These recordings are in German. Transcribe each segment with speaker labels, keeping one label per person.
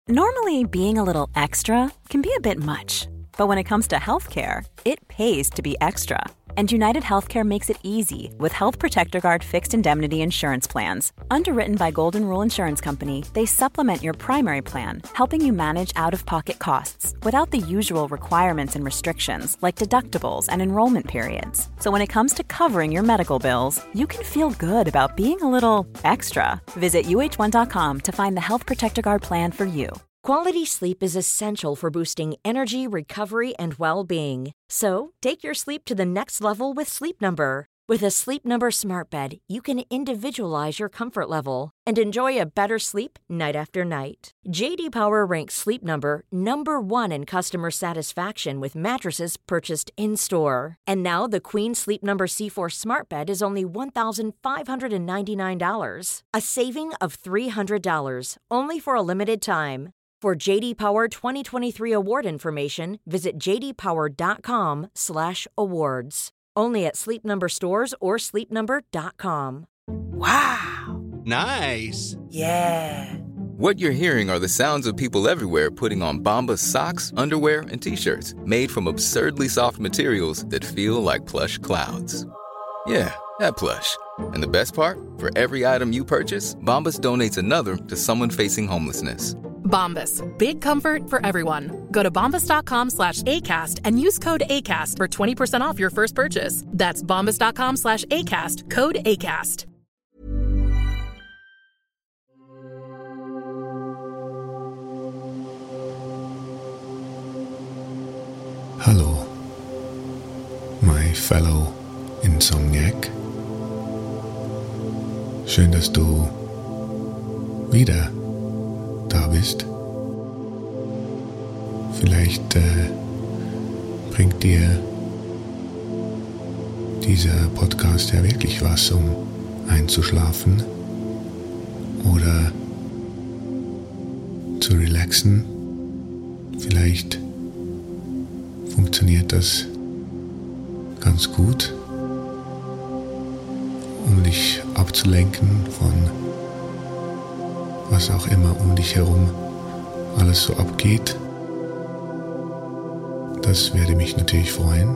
Speaker 1: Normally, being a little extra can be a bit much, but when it comes to healthcare, it pays to be extra. And United Healthcare makes it easy with Health Protector Guard fixed indemnity insurance plans. Underwritten by Golden Rule Insurance Company, they supplement your primary plan, helping you manage out-of-pocket costs without the usual requirements and restrictions like deductibles and enrollment periods. So when it comes to covering your medical bills, you can feel good about being a little extra. Visit uh1.com to find the Health Protector Guard plan for you.
Speaker 2: Quality sleep is essential for boosting energy, recovery, and well-being. So, take your sleep to the next level with Sleep Number. With a Sleep Number smart bed, you can individualize your comfort level and enjoy a better sleep night after night. J.D. Power ranks Sleep Number number 1 in customer satisfaction with mattresses purchased in-store. And now the Queen Sleep Number C4 smart bed is only $1,599, a saving of $300, only for a limited time. For JD Power 2023 award information, visit jdpower.com/awards. Only at Sleep Number stores or sleepnumber.com.
Speaker 3: Wow.
Speaker 4: Nice.
Speaker 3: Yeah.
Speaker 5: What you're hearing are the sounds of people everywhere putting on Bombas socks, underwear, and T-shirts made from absurdly soft materials that feel like plush clouds. Yeah, that plush. And the best part? For every item you purchase, Bombas donates another to someone facing homelessness.
Speaker 6: Bombas. Big comfort for everyone. Go to bombas.com/ACAST and use code ACAST for 20% off your first purchase. That's bombas.com/ACAST. Code ACAST.
Speaker 7: Hallo, my fellow Insomniac. Schön, dass du wieder da bist. Vielleicht bringt dir dieser Podcast ja wirklich was, um einzuschlafen oder zu relaxen. Vielleicht funktioniert das ganz gut, um dich abzulenken von was auch immer um dich herum alles so abgeht. Das würde mich natürlich freuen.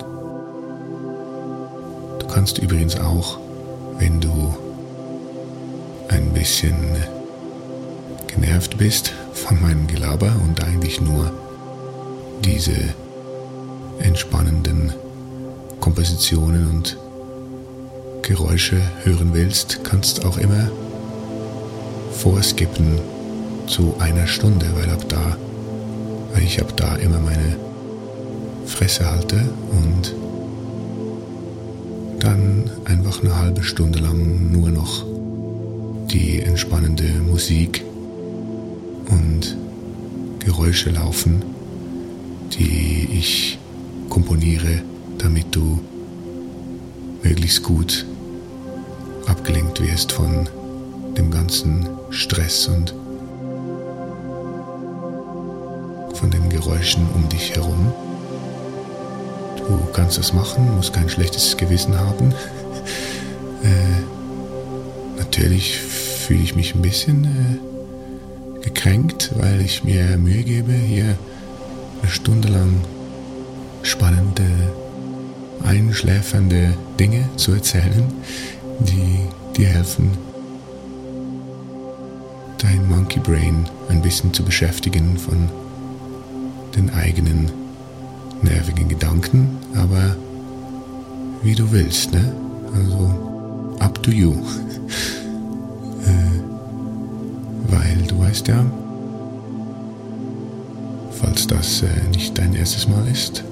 Speaker 7: Du kannst übrigens auch, wenn du ein bisschen genervt bist von meinem Gelaber und eigentlich nur diese entspannenden Kompositionen und Geräusche hören willst, kannst auch immer vorskippen zu 1 Stunde, weil ich ab da immer meine Fresse halte und dann einfach eine halbe Stunde lang nur noch die entspannende Musik und Geräusche laufen, die ich komponiere, damit du möglichst gut abgelenkt wirst von dem ganzen Stress und von den Geräuschen um dich herum. Du kannst das machen, musst kein schlechtes Gewissen haben. Natürlich fühle ich mich ein bisschen gekränkt, weil ich mir Mühe gebe, hier 1 Stunde lang spannende, einschläfernde Dinge zu erzählen, die dir helfen, dein Monkey Brain ein bisschen zu beschäftigen von den eigenen nervigen Gedanken, aber wie du willst, ne? Also up to you. Weil du weißt ja, falls das nicht dein erstes Mal ist,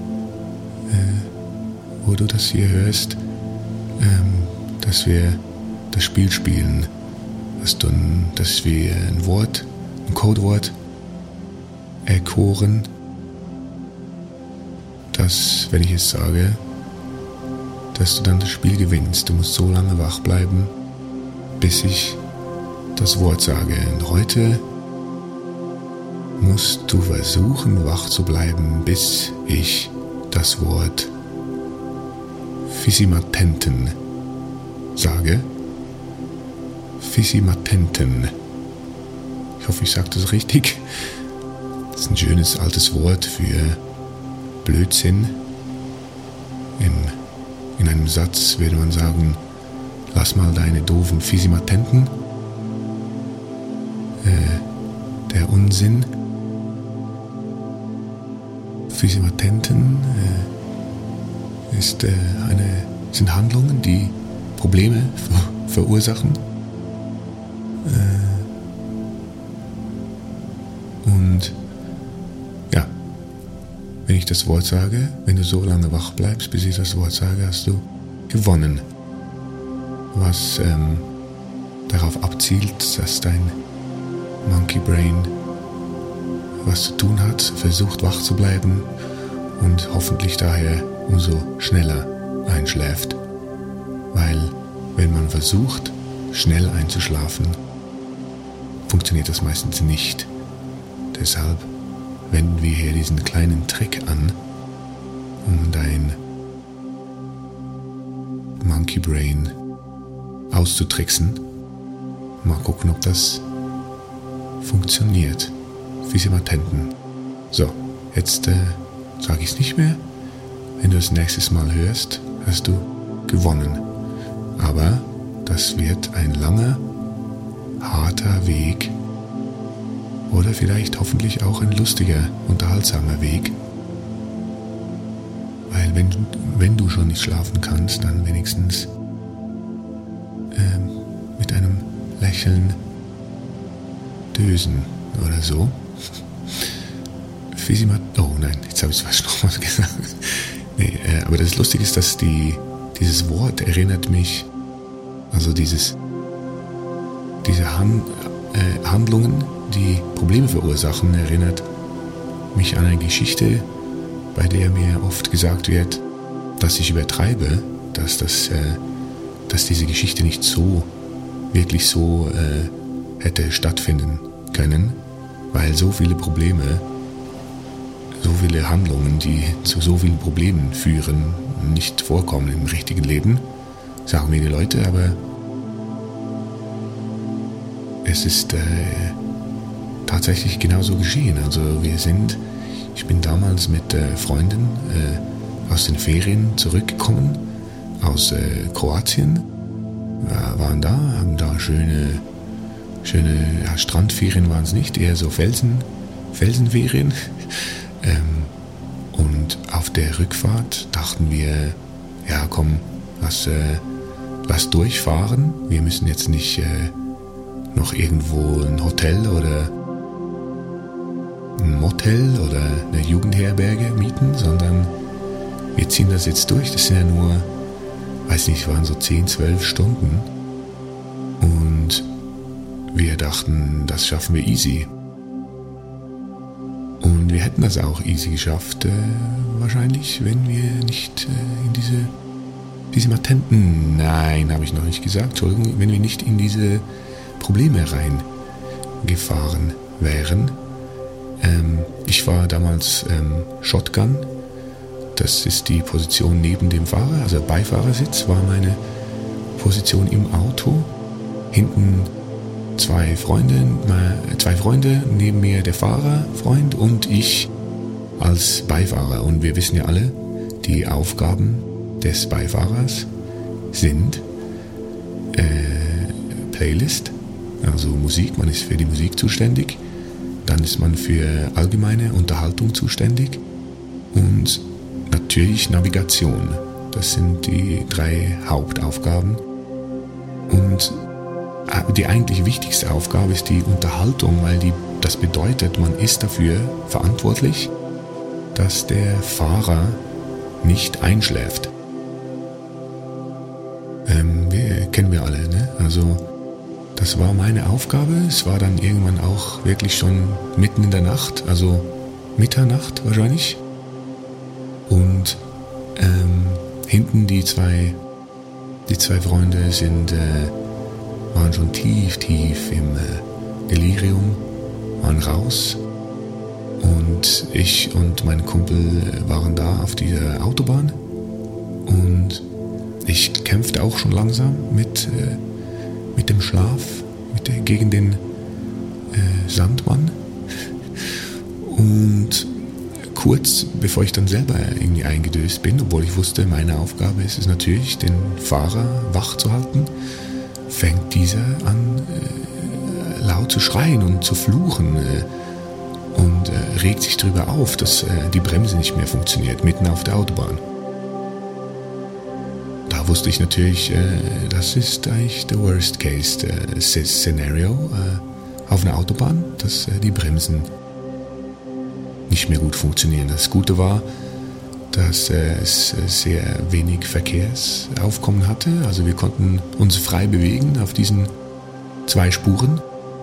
Speaker 7: wo du das hier hörst, dass wir das Spiel spielen, dass wir ein Codewort erkoren, dass, wenn ich es sage, dass du dann das Spiel gewinnst. Du musst so lange wach bleiben, bis ich das Wort sage. Und heute musst du versuchen, wach zu bleiben, bis ich das Wort Fisimatenten sage. Fisimatenten. Ich Ich hoffe, ich sage das richtig. Das ist ein schönes altes Wort für Blödsinn. In einem Satz würde man sagen, lass mal deine doofen Fisimatenten. Der Unsinn. Fisimatenten sind Handlungen, die Probleme verursachen. Und ja, wenn ich das Wort sage, wenn du so lange wach bleibst, bis ich das Wort sage, hast du gewonnen. Was darauf abzielt, dass dein Monkey Brain was zu tun hat, versucht wach zu bleiben und hoffentlich daher umso schneller einschläft. Weil wenn man versucht, schnell einzuschlafen, funktioniert das meistens nicht. Deshalb wenden wir hier diesen kleinen Trick an, um dein Monkey Brain auszutricksen. Mal gucken, ob das funktioniert. Fisimatenten. So, jetzt sage ich es nicht mehr. Wenn du das nächstes Mal hörst, hast du gewonnen. Aber das wird ein langer, harter Weg oder vielleicht hoffentlich auch ein lustiger, unterhaltsamer Weg. Weil wenn du schon nicht schlafen kannst, dann wenigstens mit einem Lächeln dösen oder so. Oh nein, jetzt habe ich es fast nochmal gesagt. Nee, aber das Lustige ist, dass dieses Wort erinnert mich, also diese Handlungen, die Probleme verursachen, erinnert mich an eine Geschichte, bei der mir oft gesagt wird, dass ich übertreibe, dass diese Geschichte nicht wirklich so hätte stattfinden können, weil so viele Probleme, so viele Handlungen, die zu so vielen Problemen führen, nicht vorkommen im richtigen Leben, sagen mir die Leute, aber es ist tatsächlich genauso geschehen. Also ich bin damals mit Freunden aus den Ferien zurückgekommen, aus Kroatien, waren da, haben da schöne Strandferien waren es nicht, eher so Felsenferien. Und auf der Rückfahrt dachten wir, ja komm, lass durchfahren. Wir müssen jetzt nicht noch irgendwo ein Hotel oder ein Motel oder eine Jugendherberge mieten, sondern wir ziehen das jetzt durch. Das sind ja nur, weiß nicht, waren so 10, 12 Stunden. Und wir dachten, das schaffen wir easy. Und wir hätten das auch easy geschafft, wahrscheinlich, wenn wir nicht in diese Matenten, nein, habe ich noch nicht gesagt, Entschuldigung, wenn wir nicht in diese Probleme reingefahren wären. Ich war damals Shotgun, das ist die Position neben dem Fahrer, also Beifahrersitz war meine Position im Auto, hinten zwei Freunde, neben mir der Fahrerfreund und ich als Beifahrer. Und wir wissen ja alle, die Aufgaben des Beifahrers sind Playlist, also Musik, man ist für die Musik zuständig, dann ist man für allgemeine Unterhaltung zuständig und natürlich Navigation. Das sind die 3 Hauptaufgaben. Und die eigentlich wichtigste Aufgabe ist die Unterhaltung, weil das bedeutet, man ist dafür verantwortlich, dass der Fahrer nicht einschläft. Kennen wir alle, ne? Also das war meine Aufgabe. Es war dann irgendwann auch wirklich schon mitten in der Nacht, also Mitternacht wahrscheinlich. Und hinten die zwei Freunde waren schon tief im Delirium, waren raus. Und ich und mein Kumpel waren da auf dieser Autobahn. Und ich kämpfte auch schon langsam mit dem Schlaf, gegen den Sandmann. Und kurz bevor ich dann selber irgendwie eingedöst bin, obwohl ich wusste, meine Aufgabe ist es natürlich, den Fahrer wach zu halten, fängt dieser an laut zu schreien und zu fluchen und regt sich darüber auf, dass die Bremse nicht mehr funktioniert, mitten auf der Autobahn. Da wusste ich natürlich, das ist eigentlich der Worst-Case-Szenario auf einer Autobahn, dass die Bremsen nicht mehr gut funktionieren. Das Gute war, dass es sehr wenig Verkehrsaufkommen hatte. Also wir konnten uns frei bewegen auf diesen 2 Spuren.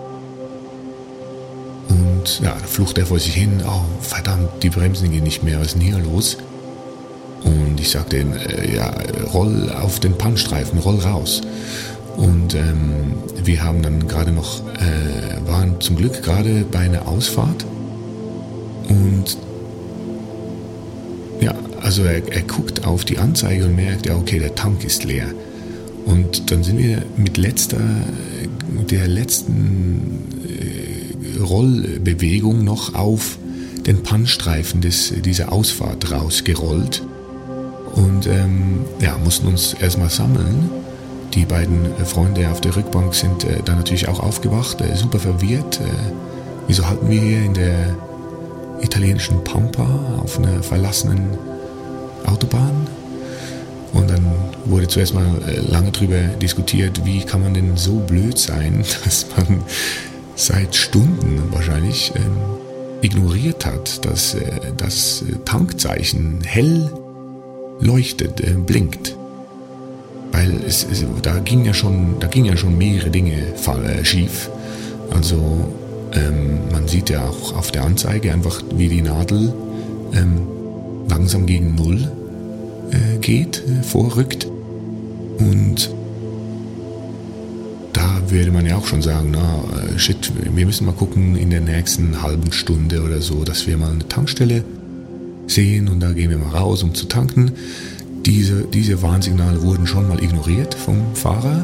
Speaker 7: Und ja, da flucht er vor sich hin. Oh, verdammt, die Bremsen gehen nicht mehr. Was ist denn hier los? Und ich sagte ihm, roll auf den Pannstreifen, roll raus. Und wir haben dann gerade noch, waren zum Glück gerade bei einer Ausfahrt. Und ja, also er guckt auf die Anzeige und merkt, ja okay, der Tank ist leer. Und dann sind wir mit der letzten Rollbewegung noch auf den Pannstreifen dieser Ausfahrt rausgerollt. Und mussten uns erstmal sammeln. Die beiden Freunde auf der Rückbank sind dann natürlich auch aufgewacht, super verwirrt. Wieso halten wir hier in der italienischen Pampa auf einer verlassenen Autobahn? Und dann wurde zuerst mal lange darüber diskutiert, wie kann man denn so blöd sein, dass man seit Stunden wahrscheinlich ignoriert hat, dass das Tankzeichen hell leuchtet, blinkt. Weil da ging ja schon mehrere Dinge schief. Also man sieht ja auch auf der Anzeige einfach, wie die Nadel langsam gegen 0 geht, vorrückt. Und da würde man ja auch schon sagen, wir müssen mal gucken in der nächsten halben Stunde oder so, dass wir mal eine Tankstelle sehen und da gehen wir mal raus, um zu tanken. Diese Warnsignale wurden schon mal ignoriert vom Fahrer.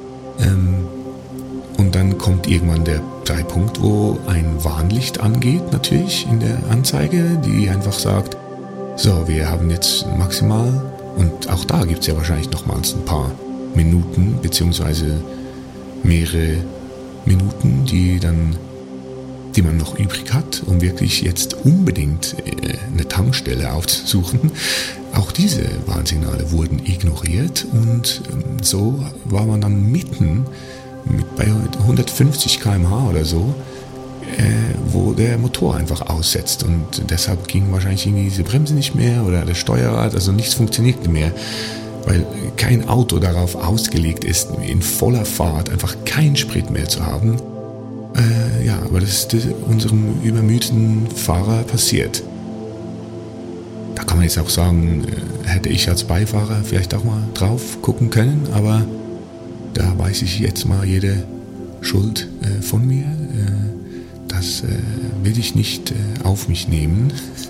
Speaker 7: Und dann kommt irgendwann der Zeitpunkt, wo ein Warnlicht angeht, natürlich in der Anzeige, die einfach sagt, so, wir haben jetzt maximal, und auch da gibt es ja wahrscheinlich nochmals ein paar Minuten, beziehungsweise mehrere Minuten, die man noch übrig hat, um wirklich jetzt unbedingt eine Tankstelle aufzusuchen. Auch diese Warnsignale wurden ignoriert und so war man dann mitten bei 150 km/h oder so, wo der Motor einfach aussetzt und deshalb ging wahrscheinlich irgendwie diese Bremse nicht mehr oder das Steuerrad, also nichts funktionierte mehr, weil kein Auto darauf ausgelegt ist, in voller Fahrt einfach keinen Sprit mehr zu haben. Aber das ist unserem übermütigen Fahrer passiert. Da kann man jetzt auch sagen, hätte ich als Beifahrer vielleicht auch mal drauf gucken können, aber da weiß ich jetzt mal jede Schuld von mir. Das will ich nicht auf mich nehmen.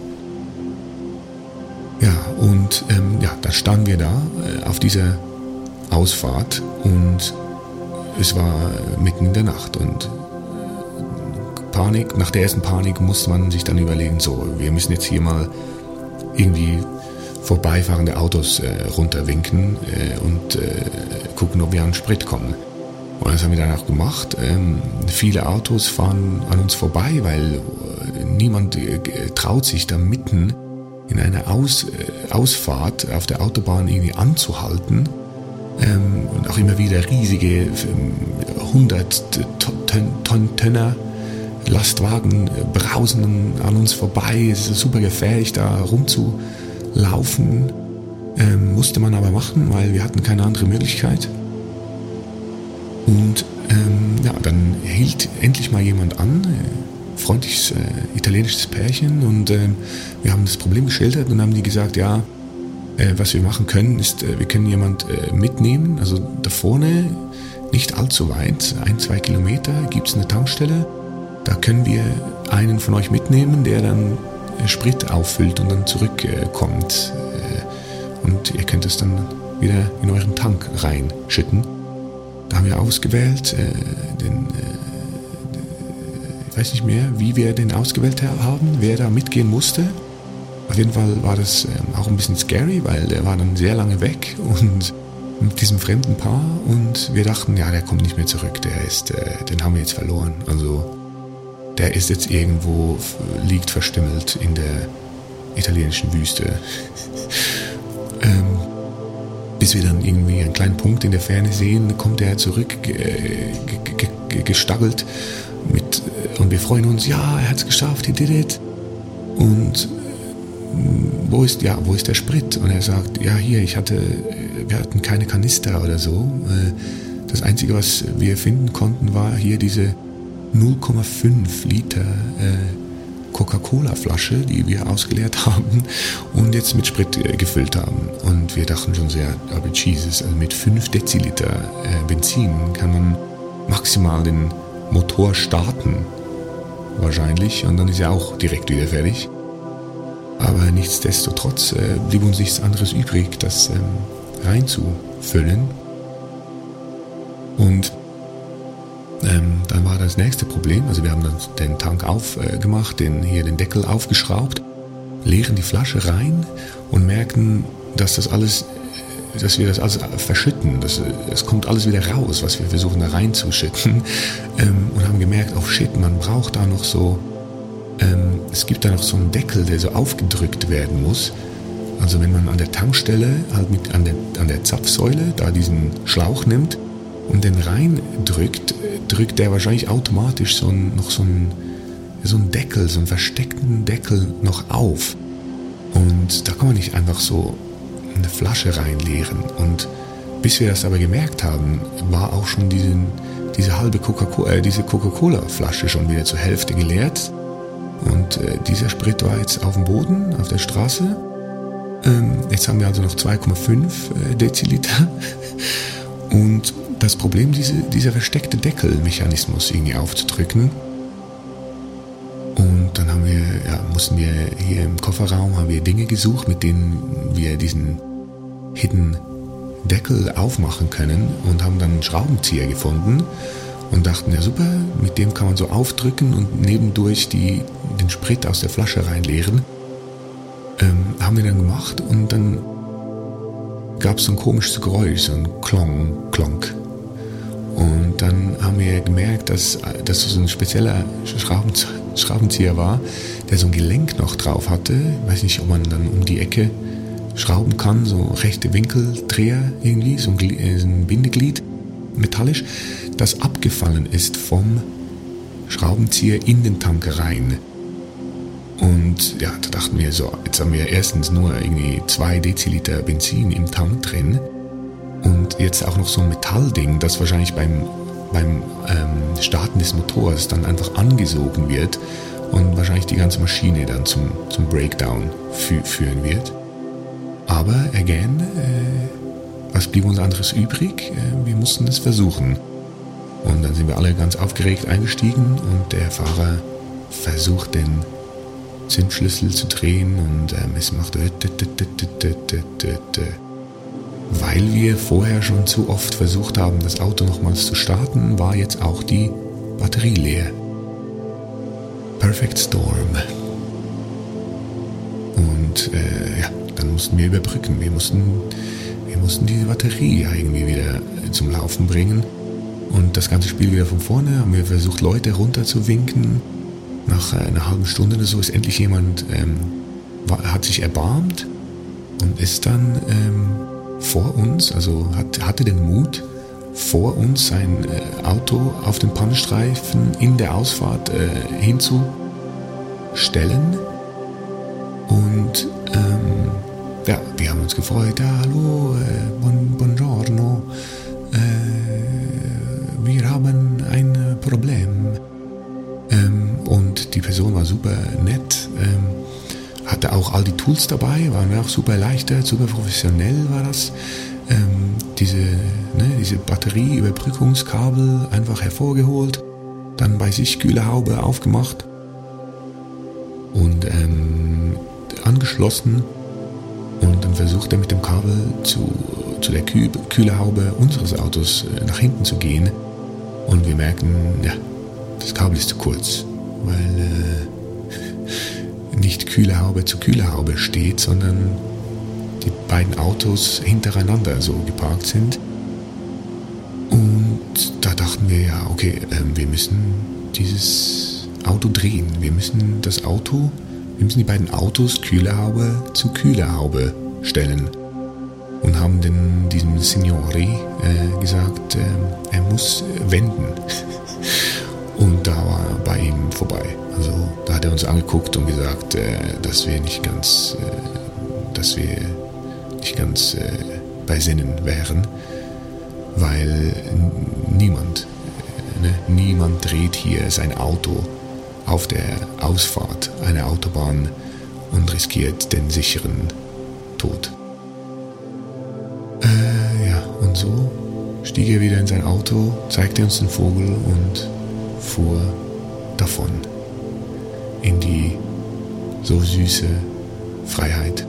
Speaker 7: Ja, und da standen wir da auf dieser Ausfahrt und es war mitten in der Nacht und nach der ersten Panik musste man sich dann überlegen, so, wir müssen jetzt hier mal irgendwie vorbeifahrende Autos runterwinken und gucken, ob wir an Sprit kommen. Und das haben wir dann auch gemacht. Viele Autos fahren an uns vorbei, weil niemand traut sich da mitten in einer Ausfahrt auf der Autobahn irgendwie anzuhalten. Und auch immer wieder riesige 100-Tonner Lastwagen brausen an uns vorbei. Es ist super gefährlich, da rumzulaufen. Musste man aber machen, weil wir hatten keine andere Möglichkeit. Und dann hielt endlich mal jemand an, freundliches italienisches Pärchen, und wir haben das Problem geschildert und haben die gesagt, ja, was wir machen können, ist, wir können jemand mitnehmen, also da vorne, nicht allzu weit, 1-2 Kilometer, gibt es eine Tankstelle, da können wir einen von euch mitnehmen, der dann Sprit auffüllt und dann zurückkommt und ihr könnt es dann wieder in euren Tank reinschütten. Da haben wir ausgewählt weiß nicht mehr, wie wir den ausgewählt haben, wer da mitgehen musste. Auf jeden Fall war das auch ein bisschen scary, weil der war dann sehr lange weg und mit diesem fremden Paar und wir dachten, ja, der kommt nicht mehr zurück, den haben wir jetzt verloren. Also der ist jetzt irgendwo, liegt verstümmelt in der italienischen Wüste. Bis wir dann irgendwie einen kleinen Punkt in der Ferne sehen, kommt er zurück, gestaggelt und wir freuen uns, ja, er hat es geschafft, he did it. Und wo ist der Sprit? Und er sagt, ja, hier, wir hatten keine Kanister oder so. Das Einzige, was wir finden konnten, war hier diese 0,5 Liter Coca-Cola-Flasche, die wir ausgeleert haben und jetzt mit Sprit gefüllt haben. Und wir dachten schon sehr, aber Jesus, also mit 5 Deziliter Benzin kann man maximal den Motor starten, wahrscheinlich, und dann ist er auch direkt wieder fertig. Aber nichtsdestotrotz blieb uns nichts anderes übrig, das reinzufüllen. Und dann war das nächste Problem, also wir haben dann den Tank aufgemacht, den Deckel aufgeschraubt, leeren die Flasche rein und merken, dass wir das alles verschütten. Es kommt alles wieder raus, was wir versuchen da reinzuschütten. Und haben gemerkt, oh shit, man braucht da noch so, es gibt da noch so einen Deckel, der so aufgedrückt werden muss. Also wenn man an der Tankstelle halt an der Zapfsäule da diesen Schlauch nimmt und den reindrückt, drückt der wahrscheinlich automatisch so einen Deckel, so einen versteckten Deckel noch auf. Und da kann man nicht einfach so eine Flasche reinleeren. Und bis wir das aber gemerkt haben, war auch schon diese halbe Coca-Cola-Flasche schon wieder zur Hälfte geleert. Und dieser Sprit war jetzt auf dem Boden, auf der Straße. Jetzt haben wir also noch 2,5 Deziliter. Und das Problem, dieser versteckte Deckelmechanismus irgendwie aufzudrücken. Und dann mussten wir hier im Kofferraum haben wir Dinge gesucht, mit denen wir diesen Hidden Deckel aufmachen können und haben dann einen Schraubenzieher gefunden und dachten, ja super, mit dem kann man so aufdrücken und nebendurch den Sprit aus der Flasche reinleeren. Haben wir dann gemacht und dann gab es so ein komisches Geräusch, so ein Klonk. Und dann haben wir gemerkt, dass das so ein spezieller Schraubenzieher war, der so ein Gelenk noch drauf hatte. Ich weiß nicht, ob man dann um die Ecke schrauben kann, so rechte Winkeldreher irgendwie, so ein Bindeglied, metallisch, das abgefallen ist vom Schraubenzieher in den Tank rein. Und ja, da dachten wir so, jetzt haben wir erstens nur irgendwie 2 Deziliter Benzin im Tank drin und jetzt auch noch so ein Metallding, das wahrscheinlich beim Starten des Motors dann einfach angesogen wird und wahrscheinlich die ganze Maschine dann zum Breakdown führen wird. Aber again, was blieb uns anderes übrig? Wir mussten es versuchen. Und dann sind wir alle ganz aufgeregt eingestiegen und der Fahrer versucht den Zündschlüssel zu drehen und es macht weil wir vorher schon zu oft versucht haben, das Auto nochmals zu starten, war jetzt auch die Batterie leer. Perfect Storm. Und dann mussten wir überbrücken. Wir mussten diese Batterie irgendwie wieder zum Laufen bringen. Und das ganze Spiel wieder von vorne, haben wir versucht, Leute runterzuwinken. Nach einer halben Stunde oder so ist endlich jemand, hat sich erbarmt und ist dann vor uns, also hatte den Mut, vor uns sein Auto auf den Pannenstreifen in der Ausfahrt hinzustellen. Und wir haben uns gefreut, ja, hallo, buongiorno, wir haben ein Problem. Und die Person war super nett, hatte auch all die Tools dabei, waren wir auch super erleichtert, super professionell war das. Diese Batterieüberbrückungskabel einfach hervorgeholt, dann bei sich Kühlerhaube aufgemacht und angeschlossen und dann versucht er mit dem Kabel zu der Kühlerhaube unseres Autos nach hinten zu gehen und wir merken, ja, das Kabel ist zu kurz. weil nicht Kühlerhaube zu Kühlerhaube steht, sondern die beiden Autos hintereinander so geparkt sind. Und da dachten wir, ja, okay, wir müssen dieses Auto drehen. Wir müssen die beiden Autos Kühlerhaube zu Kühlerhaube stellen. Und haben diesem Signori gesagt, er muss wenden. Und da war er bei ihm vorbei. Also da hat er uns angeguckt und gesagt, dass wir nicht ganz bei Sinnen wären, weil niemand dreht hier sein Auto auf der Ausfahrt einer Autobahn und riskiert den sicheren Tod. Und so stieg er wieder in sein Auto, zeigte uns den Vogel und fuhr davon in die so süße Freiheit.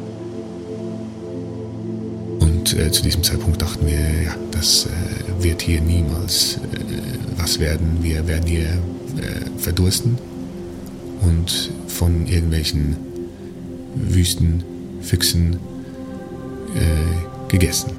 Speaker 7: Und zu diesem Zeitpunkt dachten wir, ja, das wird hier niemals was werden. Wir werden hier verdursten und von irgendwelchen Wüstenfüchsen gegessen.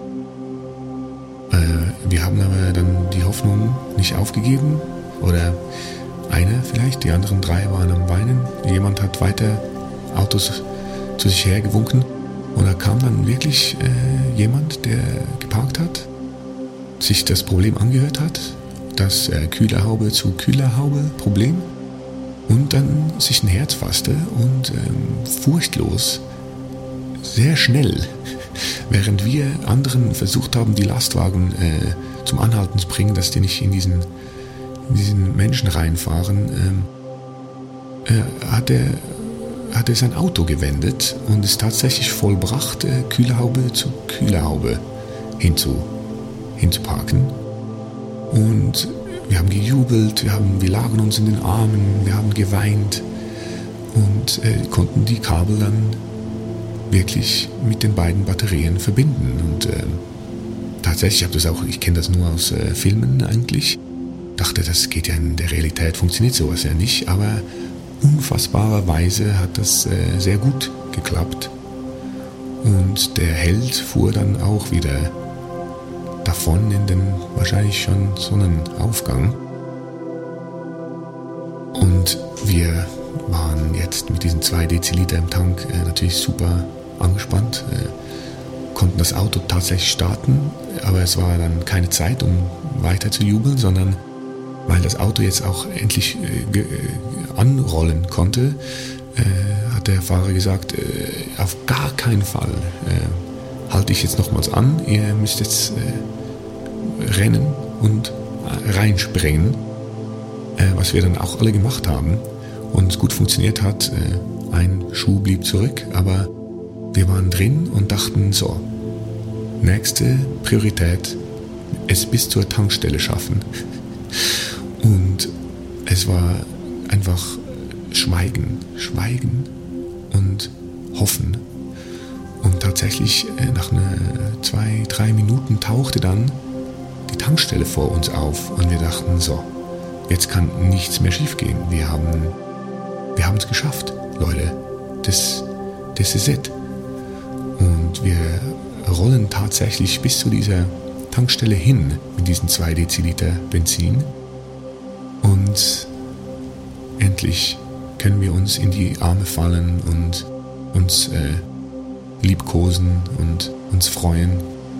Speaker 7: Wir haben aber dann die Hoffnung nicht aufgegeben, oder einer vielleicht, die anderen 3 waren am Weinen. Jemand hat weiter Autos zu sich hergewunken und da kam dann wirklich jemand, der geparkt hat, sich das Problem angehört hat, das Kühlerhaube zu Kühlerhaube Problem, und dann sich ein Herz fasste und furchtlos, sehr schnell, während wir anderen versucht haben, die Lastwagen zum Anhalten zu bringen, dass die nicht in diesen Menschen reinfahren, hat er sein Auto gewendet und es tatsächlich vollbracht, Kühlerhaube zu Kühlerhaube hinzuparken. Und wir haben gejubelt, wir lagen uns in den Armen, wir haben geweint und konnten die Kabel dann wirklich mit den beiden Batterien verbinden. Und tatsächlich, ich kenne das nur aus Filmen eigentlich, dachte, das geht ja in der Realität, funktioniert sowas ja nicht, aber unfassbarerweise hat das sehr gut geklappt. Und der Held fuhr dann auch wieder davon in den wahrscheinlich schon Sonnenaufgang. Und wir waren jetzt mit diesen 2 Deziliter im Tank natürlich super angespannt, konnten das Auto tatsächlich starten, aber es war dann keine Zeit, um weiter zu jubeln, sondern weil das Auto jetzt auch endlich anrollen konnte, hat der Fahrer gesagt, auf gar keinen Fall halte ich jetzt nochmals an, ihr müsst jetzt rennen und reinspringen, was wir dann auch alle gemacht haben und es gut funktioniert hat. Ein Schuh blieb zurück, aber wir waren drin und dachten, so, nächste Priorität, es bis zur Tankstelle schaffen. Und es war einfach Schweigen und Hoffen. Und tatsächlich nach 2-3 Minuten tauchte dann die Tankstelle vor uns auf und wir dachten, so, jetzt kann nichts mehr schief gehen. Wir haben es geschafft, Leute. Das ist it. Und wir rollen tatsächlich bis zu dieser Tankstelle hin mit diesen 2 Deziliter Benzin. Und endlich können wir uns in die Arme fallen und uns liebkosen und uns freuen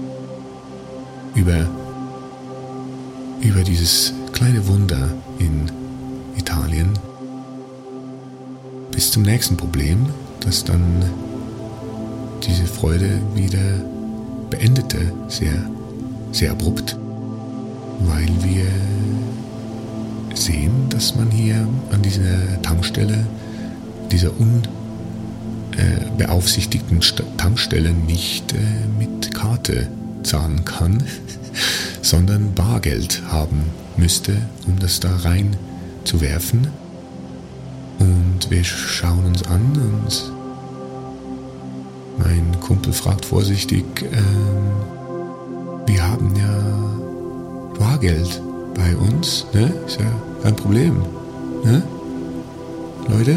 Speaker 7: über dieses kleine Wunder in Italien. Bis zum nächsten Problem, das dann diese Freude wieder beendete, sehr, sehr abrupt, weil wir sehen, dass man hier an dieser Tankstelle, dieser unbeaufsichtigten Tankstelle nicht mit Karte zahlen kann, sondern Bargeld haben müsste, um das da rein zu werfen. Und wir schauen uns an und mein Kumpel fragt vorsichtig, wir haben ja Bargeld bei uns, ne? Ist ja kein Problem, ne? Leute?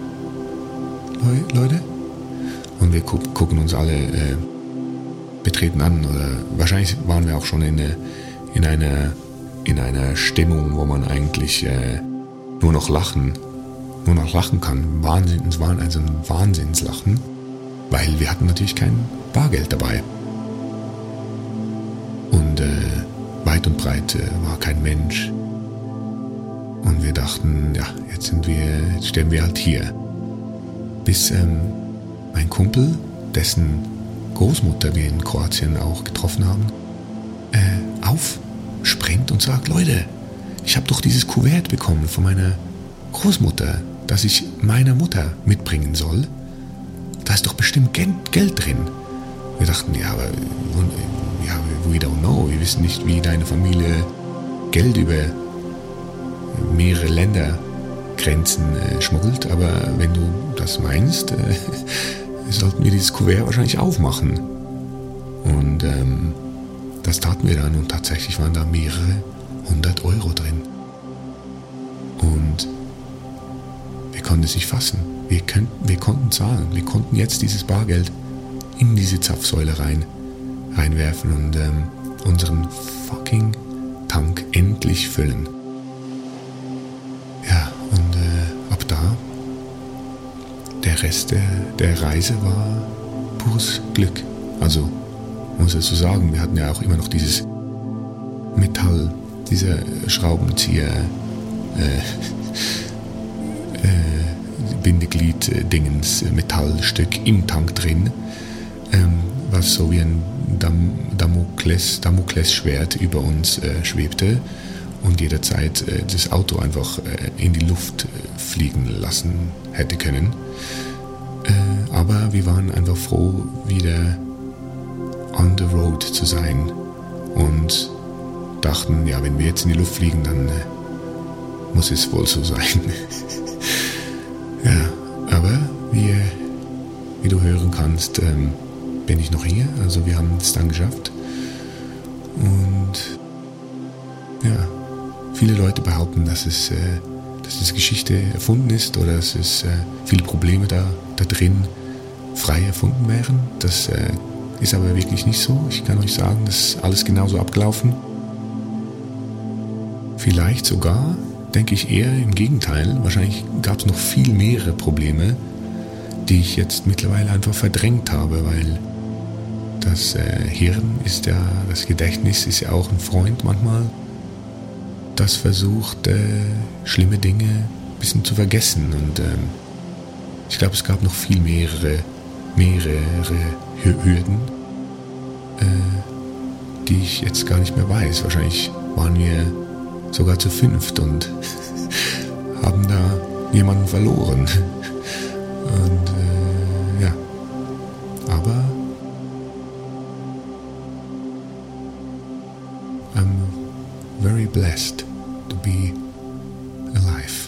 Speaker 7: Und wir gucken uns alle betreten an. Oder wahrscheinlich waren wir auch schon in einer Stimmung, wo man eigentlich nur noch lachen kann. Es war also ein Wahnsinnslachen, weil wir hatten natürlich kein Bargeld dabei. Und weit und breit war kein Mensch. Und wir dachten, ja, jetzt stehen wir halt hier. Bis mein Kumpel, dessen Großmutter wir in Kroatien auch getroffen haben, aufspringt und sagt, Leute, ich habe doch dieses Kuvert bekommen von meiner Großmutter, das ich meiner Mutter mitbringen soll. Da ist doch bestimmt Geld drin. Wir dachten, we don't know. Wir wissen nicht, wie deine Familie Geld über mehrere Ländergrenzen schmuggelt. Aber wenn du das meinst, sollten wir dieses Kuvert wahrscheinlich aufmachen. Und das taten wir dann. Und tatsächlich waren da mehrere 100 Euro drin. Und wir konnten es nicht fassen. Wir konnten zahlen. Wir konnten jetzt dieses Bargeld in diese Zapfsäule reinwerfen und unseren fucking Tank endlich füllen. Ja, und ab da, der Rest der Reise war pures Glück. Also, muss ich dazu sagen, wir hatten ja auch immer noch dieses Metall, dieser Schraubenzieher, Bindeglied-Dingens, Metallstück im Tank drin, was so wie ein Damoklesschwert über uns schwebte und jederzeit das Auto einfach in die Luft fliegen lassen hätte können. Aber wir waren einfach froh, wieder on the road zu sein und dachten, ja, wenn wir jetzt in die Luft fliegen, dann muss es wohl so sein. Ja, aber wie du hören kannst, bin ich noch hier. Also wir haben es dann geschafft. Und ja, viele Leute behaupten, dass Geschichte erfunden ist oder dass es viele Probleme da drin frei erfunden wären. Das ist aber wirklich nicht so. Ich kann euch sagen, das ist alles genauso abgelaufen. Vielleicht sogar, denke ich eher im Gegenteil. Wahrscheinlich gab es noch viel mehrere Probleme, die ich jetzt mittlerweile einfach verdrängt habe, weil das Hirn ist ja, das Gedächtnis ist ja auch ein Freund manchmal, das versucht, schlimme Dinge ein bisschen zu vergessen. Und ich glaube, es gab noch viel mehrere Hürden, die ich jetzt gar nicht mehr weiß. Wahrscheinlich waren wir sogar zu 5 und haben da jemanden verloren. Und ja, aber I'm very blessed to be alive.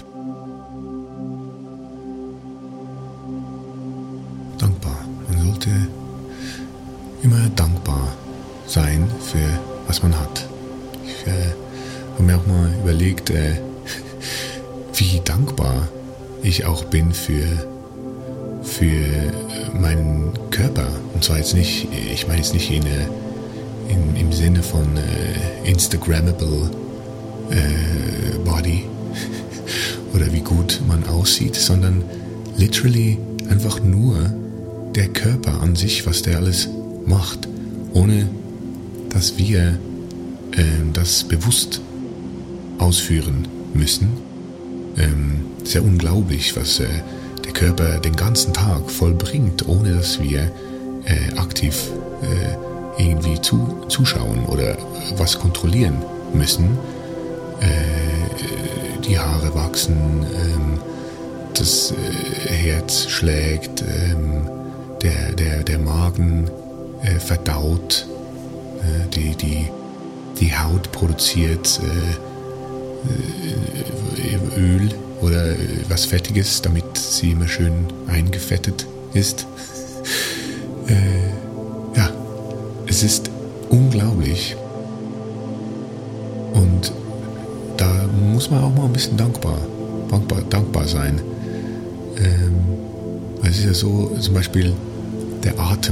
Speaker 7: Dankbar. Man sollte immer dankbar sein für was man hat. Ich habe mir auch mal überlegt, wie dankbar ich auch bin für meinen Körper. Und zwar jetzt nicht, ich meine jetzt nicht im Sinne von Instagrammable Body oder wie gut man aussieht, sondern literally einfach nur der Körper an sich, was der alles macht, ohne dass wir das bewusst ausführen müssen. Ist ja unglaublich, was der Körper den ganzen Tag vollbringt, ohne dass wir aktiv irgendwie zuschauen oder was kontrollieren müssen. Die Haare wachsen, das Herz schlägt, der Magen verdaut, die Haut produziert Öl oder was Fettiges, damit sie immer schön eingefettet ist. Ja, es ist unglaublich. Und da muss man auch mal ein bisschen dankbar sein. es ist ja so, zum Beispiel der Atem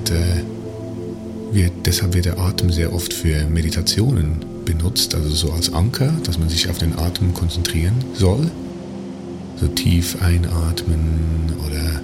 Speaker 7: deshalb wird der Atem sehr oft für Meditationen benutzt, also so als Anker, dass man sich auf den Atem konzentrieren soll. So tief einatmen oder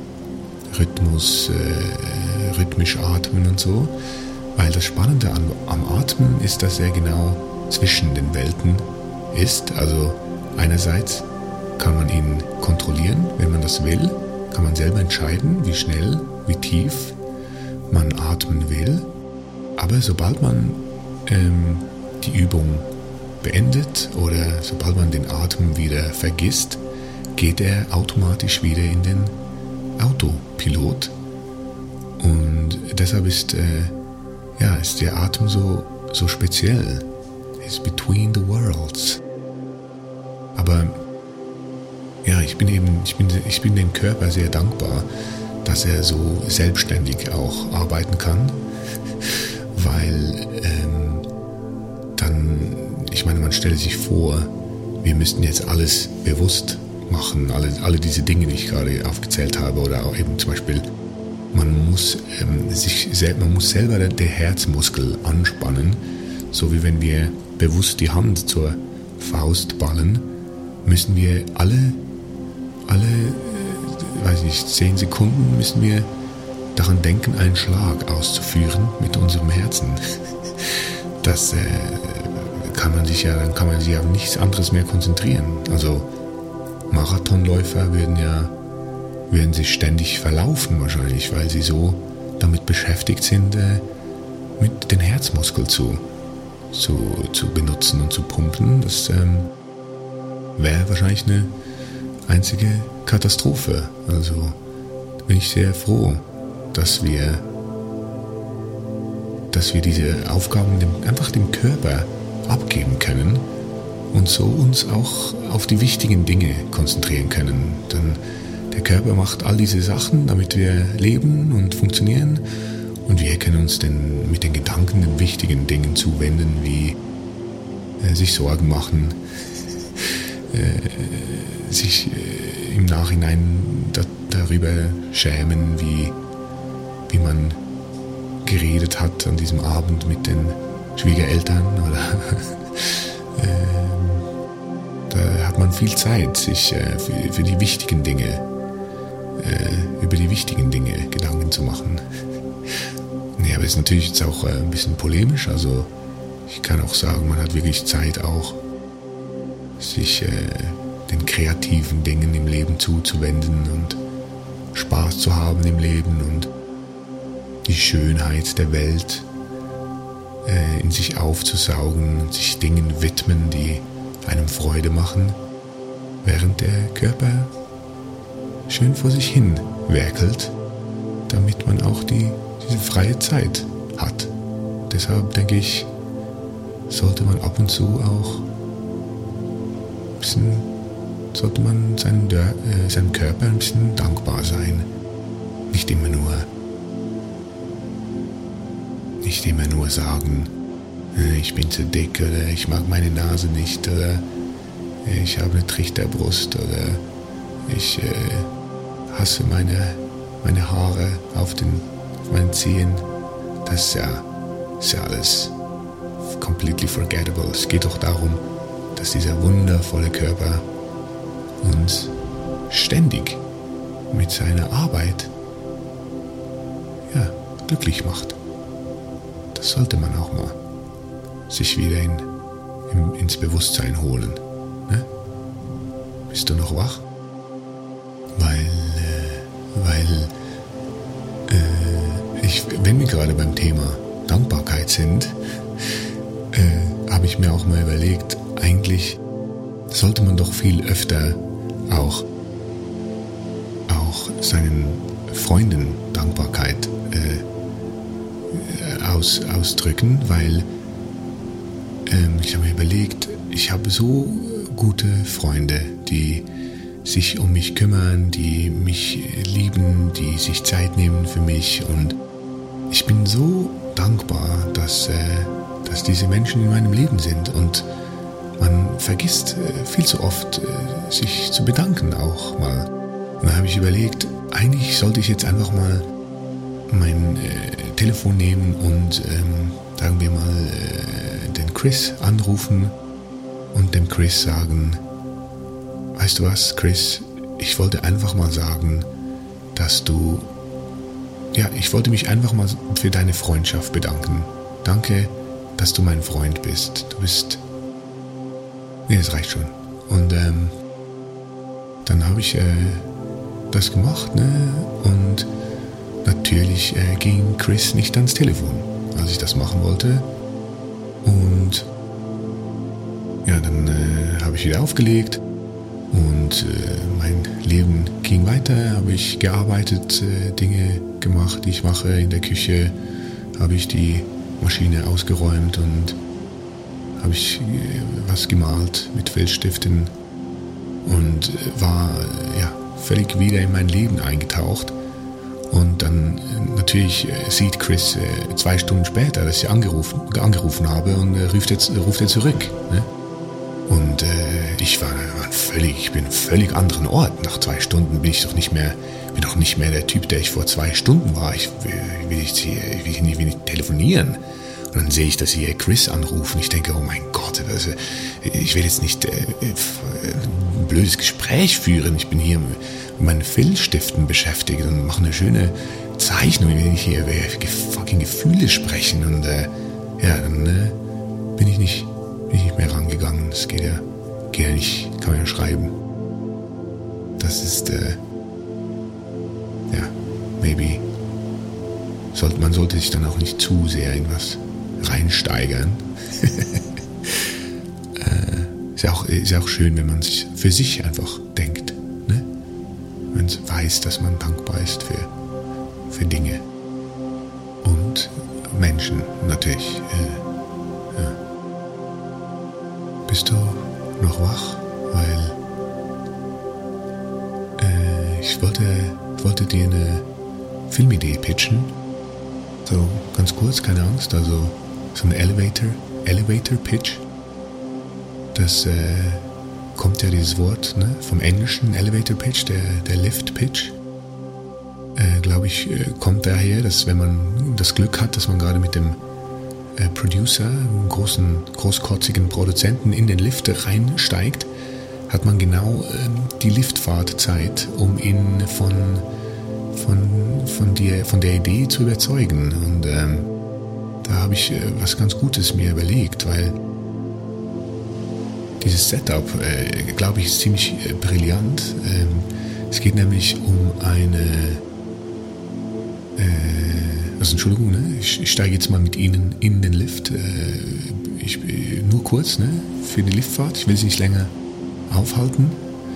Speaker 7: rhythmisch atmen und so. Weil das Spannende am Atmen ist, dass er genau zwischen den Welten ist. Also einerseits kann man ihn kontrollieren, wenn man das will, kann man selber entscheiden, wie schnell, wie tief man atmen will. Aber sobald man die Übung beendet oder sobald man den Atem wieder vergisst, geht er automatisch wieder in den Autopilot. Und deshalb ist der Atem so speziell. It's between the worlds. Aber ja, ich bin dem Körper sehr dankbar, dass er so selbstständig auch arbeiten kann, weil man stelle sich vor, wir müssten jetzt alles bewusst machen, alle diese Dinge, die ich gerade aufgezählt habe, oder auch eben zum Beispiel, man muss selber den Herzmuskel anspannen, so wie wenn wir bewusst die Hand zur Faust ballen, müssen wir alle 10 Sekunden müssen wir daran denken, einen Schlag auszuführen mit unserem Herzen. Dann kann man sich auf nichts anderes mehr konzentrieren. Also Marathonläufer würden sich ständig verlaufen wahrscheinlich, weil sie so damit beschäftigt sind, mit den Herzmuskel zu benutzen und zu pumpen. Das wäre wahrscheinlich eine einzige Katastrophe. Also bin ich sehr froh, dass wir diese Aufgaben einfach dem Körper abgeben können und so uns auch auf die wichtigen Dinge konzentrieren können. Denn der Körper macht all diese Sachen, damit wir leben und funktionieren, und wir können uns mit den Gedanken den wichtigen Dingen zuwenden, wie sich Sorgen machen, sich im Nachhinein darüber schämen, wie man geredet hat an diesem Abend mit den Schwiegereltern, oder da hat man viel Zeit, sich für die wichtigen Dinge, über die wichtigen Dinge Gedanken zu machen. Ja, aber es ist natürlich jetzt auch ein bisschen polemisch, also ich kann auch sagen, man hat wirklich Zeit auch, sich den kreativen Dingen im Leben zuzuwenden und Spaß zu haben im Leben und die Schönheit der Welt in sich aufzusaugen und sich Dingen widmen, die einem Freude machen, während der Körper schön vor sich hin werkelt, damit man auch diese freie Zeit hat. Deshalb denke ich, sollte man ab und zu auch sollte man seinem Körper ein bisschen dankbar sein. Nicht immer nur sagen, ich bin zu dick, oder ich mag meine Nase nicht, oder ich habe eine Trichterbrust, oder ich hasse meine Haare auf meinen Zehen. Das ist ja alles completely forgettable. Es geht doch darum, dass dieser wundervolle Körper uns ständig mit seiner Arbeit glücklich macht. Das sollte man auch mal sich wieder ins Bewusstsein holen. Ne? Bist du noch wach? Wenn wir gerade beim Thema Dankbarkeit sind, habe ich mir auch mal überlegt, eigentlich sollte man doch viel öfter auch seinen Freunden Dankbarkeit ausdrücken, weil ich habe mir überlegt, ich habe so gute Freunde, die sich um mich kümmern, die mich lieben, die sich Zeit nehmen für mich, und ich bin so dankbar, dass diese Menschen in meinem Leben sind, und man vergisst viel zu oft, sich zu bedanken auch mal. Und da habe ich überlegt, eigentlich sollte ich jetzt einfach mal mein Telefon nehmen und sagen wir mal den Chris anrufen und dem Chris sagen, weißt du was, Chris, ich wollte einfach mal sagen, ich wollte mich einfach mal für deine Freundschaft bedanken. Danke, dass du mein Freund bist. Das reicht schon. Und dann habe ich das gemacht, ne? Und natürlich ging Chris nicht ans Telefon, als ich das machen wollte. Und ja, dann habe ich wieder aufgelegt und mein Leben ging weiter, habe ich gearbeitet, Dinge gemacht, die ich mache. In der Küche habe ich die Maschine ausgeräumt und habe ich was gemalt mit Filzstiften und war völlig wieder in mein Leben eingetaucht. Und dann natürlich sieht Chris 2 Stunden später, dass ich angerufen habe und ruft er zurück. Ne? Und ich bin völlig anderen Ort. Nach 2 Stunden bin ich doch nicht mehr der Typ, der ich vor 2 Stunden war. Ich will nicht telefonieren. Und dann sehe ich, dass sie Chris anrufen. Ich denke, oh mein Gott, ich will jetzt nicht ein blödes Gespräch führen. Ich bin hier mit meinen Filzstiften beschäftigt und mache eine schöne Zeichnung. Ich will nicht hier fucking Gefühle sprechen. Und dann bin ich nicht mehr rangegangen. Das geht ja nicht, kann man ja schreiben. Das ist, maybe. Man sollte sich dann auch nicht zu sehr in was reinsteigern. Ist ja auch schön, wenn man sich für sich einfach denkt. Ne? Man weiß, dass man dankbar ist für Dinge. Und Menschen natürlich. Bist du noch wach? Weil ich wollte dir eine Filmidee pitchen. So ganz kurz, keine Angst. Also so ein Elevator Pitch. Das kommt ja dieses Wort, ne, vom englischen Elevator Pitch, der Lift Pitch. Glaube ich, kommt daher, dass wenn man das Glück hat, dass man gerade mit dem Producer, einem großkotzigen Produzenten in den Lift reinsteigt, hat man genau die Liftfahrtzeit, um ihn von der Idee zu überzeugen. Und da habe ich was ganz Gutes mir überlegt, weil dieses Setup, glaube ich, ist ziemlich brillant. Es geht nämlich um Entschuldigung, ne? Ich steige jetzt mal mit Ihnen in den Lift. Nur kurz, ne? Für die Liftfahrt. Ich will Sie nicht länger aufhalten.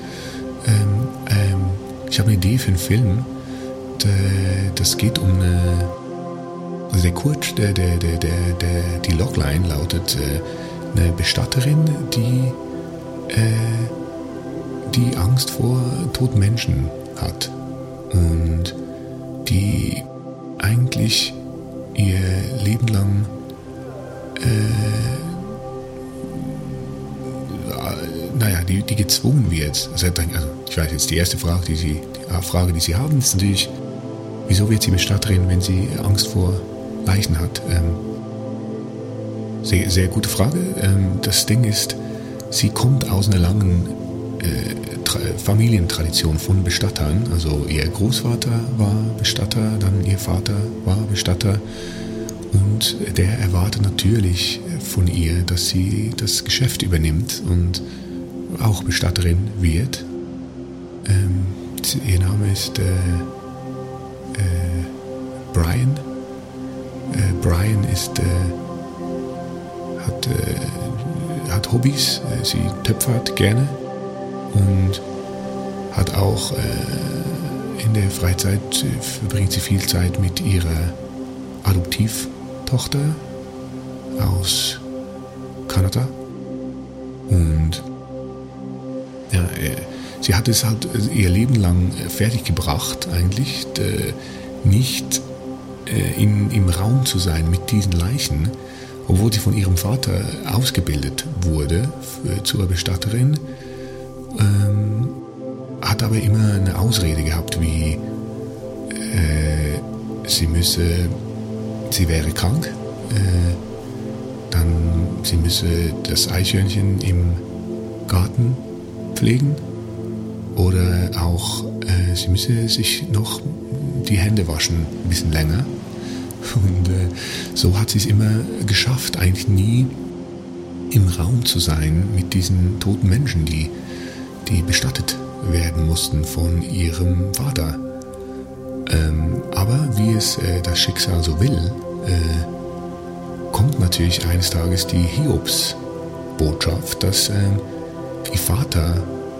Speaker 7: Ich habe eine Idee für einen Film. Das geht um also der Kurz, die Logline lautet eine Bestatterin, die Angst vor toten Menschen hat und die eigentlich ihr Leben lang die gezwungen wird. Also ich weiß jetzt, die erste Frage, die Sie haben, ist natürlich, wieso wird sie Bestatterin, wenn sie Angst vor Leichen hat? Sehr, sehr gute Frage. Das Ding ist, sie kommt aus einer langen Familientradition von Bestattern. Also ihr Großvater war Bestatter, dann ihr Vater war Bestatter. Und der erwartet natürlich von ihr, dass sie das Geschäft übernimmt und auch Bestatterin wird. Ihr Name ist Brian. Brian hat Hobbys, sie töpfert gerne und hat auch in der Freizeit verbringt sie viel Zeit mit ihrer Adoptivtochter aus Kanada. Und ja, sie hat es halt ihr Leben lang fertiggebracht, eigentlich nicht im Raum zu sein mit diesen Leichen, obwohl sie von ihrem Vater ausgebildet wurde zur Bestatterin, hat aber immer eine Ausrede gehabt, wie sie wäre krank, dann sie müsse das Eichhörnchen im Garten pflegen oder auch sie müsse sich noch die Hände waschen, ein bisschen länger. Und so hat sie es immer geschafft, eigentlich nie im Raum zu sein mit diesen toten Menschen, die bestattet werden mussten von ihrem Vater. Aber wie es das Schicksal so will, kommt natürlich eines Tages die Hiobsbotschaft, dass ihr Vater,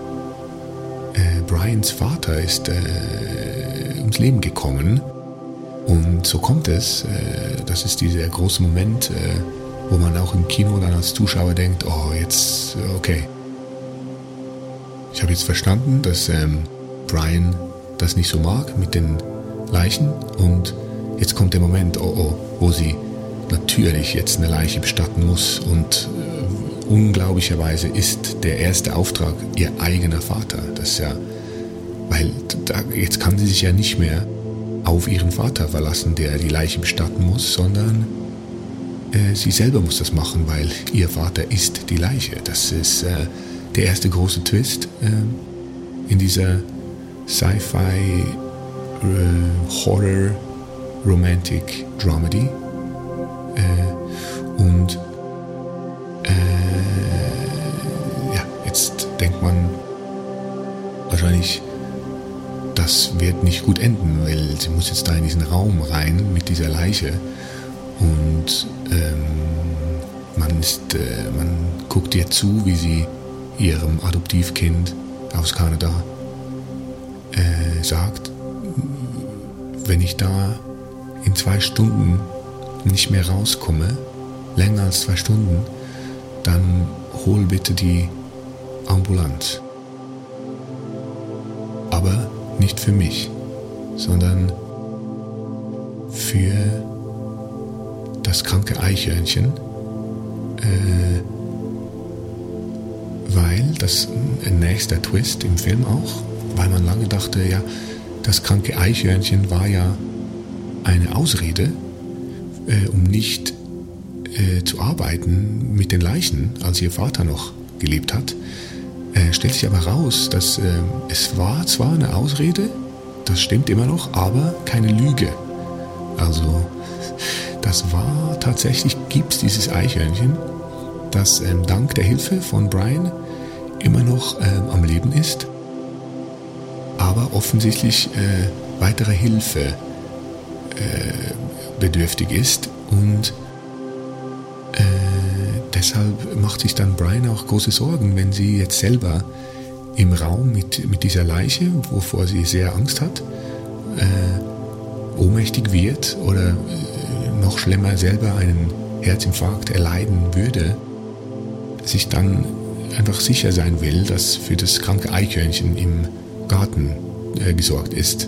Speaker 7: Brians Vater, ist ums Leben gekommen. Und so kommt es, das ist dieser große Moment, wo man auch im Kino dann als Zuschauer denkt, oh, jetzt, okay. Ich habe jetzt verstanden, dass Brian das nicht so mag mit den Leichen und jetzt kommt der Moment, wo sie natürlich jetzt eine Leiche bestatten muss und unglaublicherweise ist der erste Auftrag ihr eigener Vater. Das ist ja, weil jetzt kann sie sich ja nicht mehr auf ihren Vater verlassen, der die Leiche bestatten muss, sondern sie selber muss das machen, weil ihr Vater ist die Leiche. Das ist der erste große Twist in dieser Sci-Fi Horror Romantic Dramedy. Und jetzt denkt man wahrscheinlich, das wird nicht gut enden, weil sie muss jetzt da in diesen Raum rein mit dieser Leiche und man guckt ihr zu, wie sie ihrem Adoptivkind aus Kanada sagt, wenn ich da in 2 Stunden nicht mehr rauskomme, länger als 2 Stunden, dann hol bitte die Ambulanz. Aber nicht für mich, sondern für das kranke Eichhörnchen, weil das ein nächster Twist im Film auch, weil man lange dachte, ja, das kranke Eichhörnchen war ja eine Ausrede, um nicht zu arbeiten mit den Leichen, als ihr Vater noch gelebt hat. Stellt sich aber raus, dass es war zwar eine Ausrede, das stimmt immer noch, aber keine Lüge. Also das war tatsächlich, gibt es dieses Eichhörnchen, das dank der Hilfe von Brian immer noch am Leben ist, aber offensichtlich weitere Hilfe bedürftig ist und deshalb macht sich dann Brian auch große Sorgen, wenn sie jetzt selber im Raum mit dieser Leiche, wovor sie sehr Angst hat, ohnmächtig wird oder noch schlimmer selber einen Herzinfarkt erleiden würde, sich dann einfach sicher sein will, dass für das kranke Eichhörnchen im Garten gesorgt ist.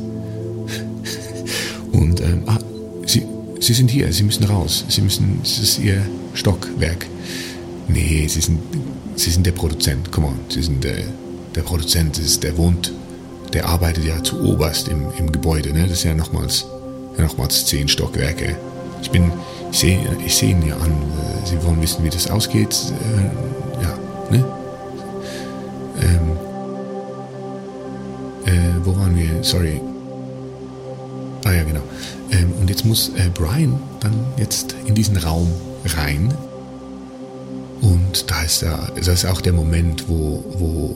Speaker 7: Und Sie sind hier, Sie müssen raus, es ist Ihr Stockwerk. Nee, Sie sind der Produzent, come on, Sie sind der Produzent, der arbeitet ja zu oberst im Gebäude, ne? Das ist ja nochmals 10 Stockwerke. Ich sehe ihn ja an, Sie wollen wissen, wie das ausgeht, ja, ne? Wo waren wir? Sorry. Ah ja, genau. Und jetzt muss Brian dann jetzt in diesen Raum rein. Und das ist auch der Moment, wo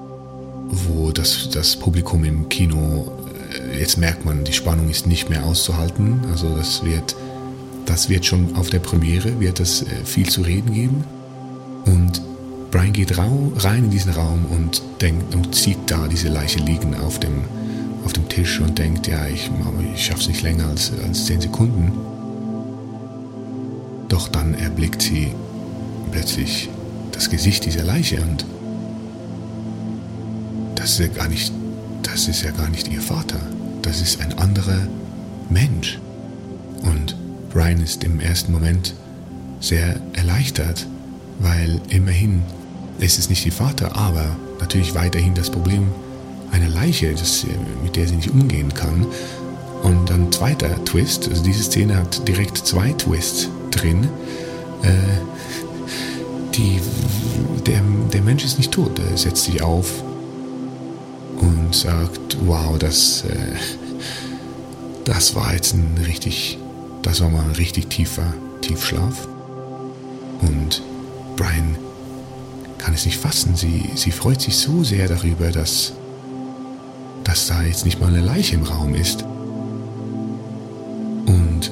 Speaker 7: das Publikum im Kino, jetzt merkt man, die Spannung ist nicht mehr auszuhalten. Also das wird schon auf der Premiere, wird das viel zu reden geben. Und Brian geht rein in diesen Raum und denkt und sieht da diese Leiche liegen auf dem Tisch und denkt, ja, ich schaffe es nicht länger als 10 Sekunden. Doch dann erblickt sie plötzlich das Gesicht dieser Leiche und das ist ja gar nicht ihr Vater. Das ist ein anderer Mensch. Und Brian ist im ersten Moment sehr erleichtert, weil immerhin ist es nicht ihr Vater, aber natürlich weiterhin das Problem, einer Leiche, mit der sie nicht umgehen kann. Und dann zweiter Twist, also diese Szene hat direkt 2 Twists drin. Der Mensch ist nicht tot, er setzt sich auf und sagt, wow, das war jetzt das war mal ein richtig tiefer Tiefschlaf. Und Brian kann es nicht fassen, sie freut sich so sehr darüber, dass da jetzt nicht mal eine Leiche im Raum ist. Und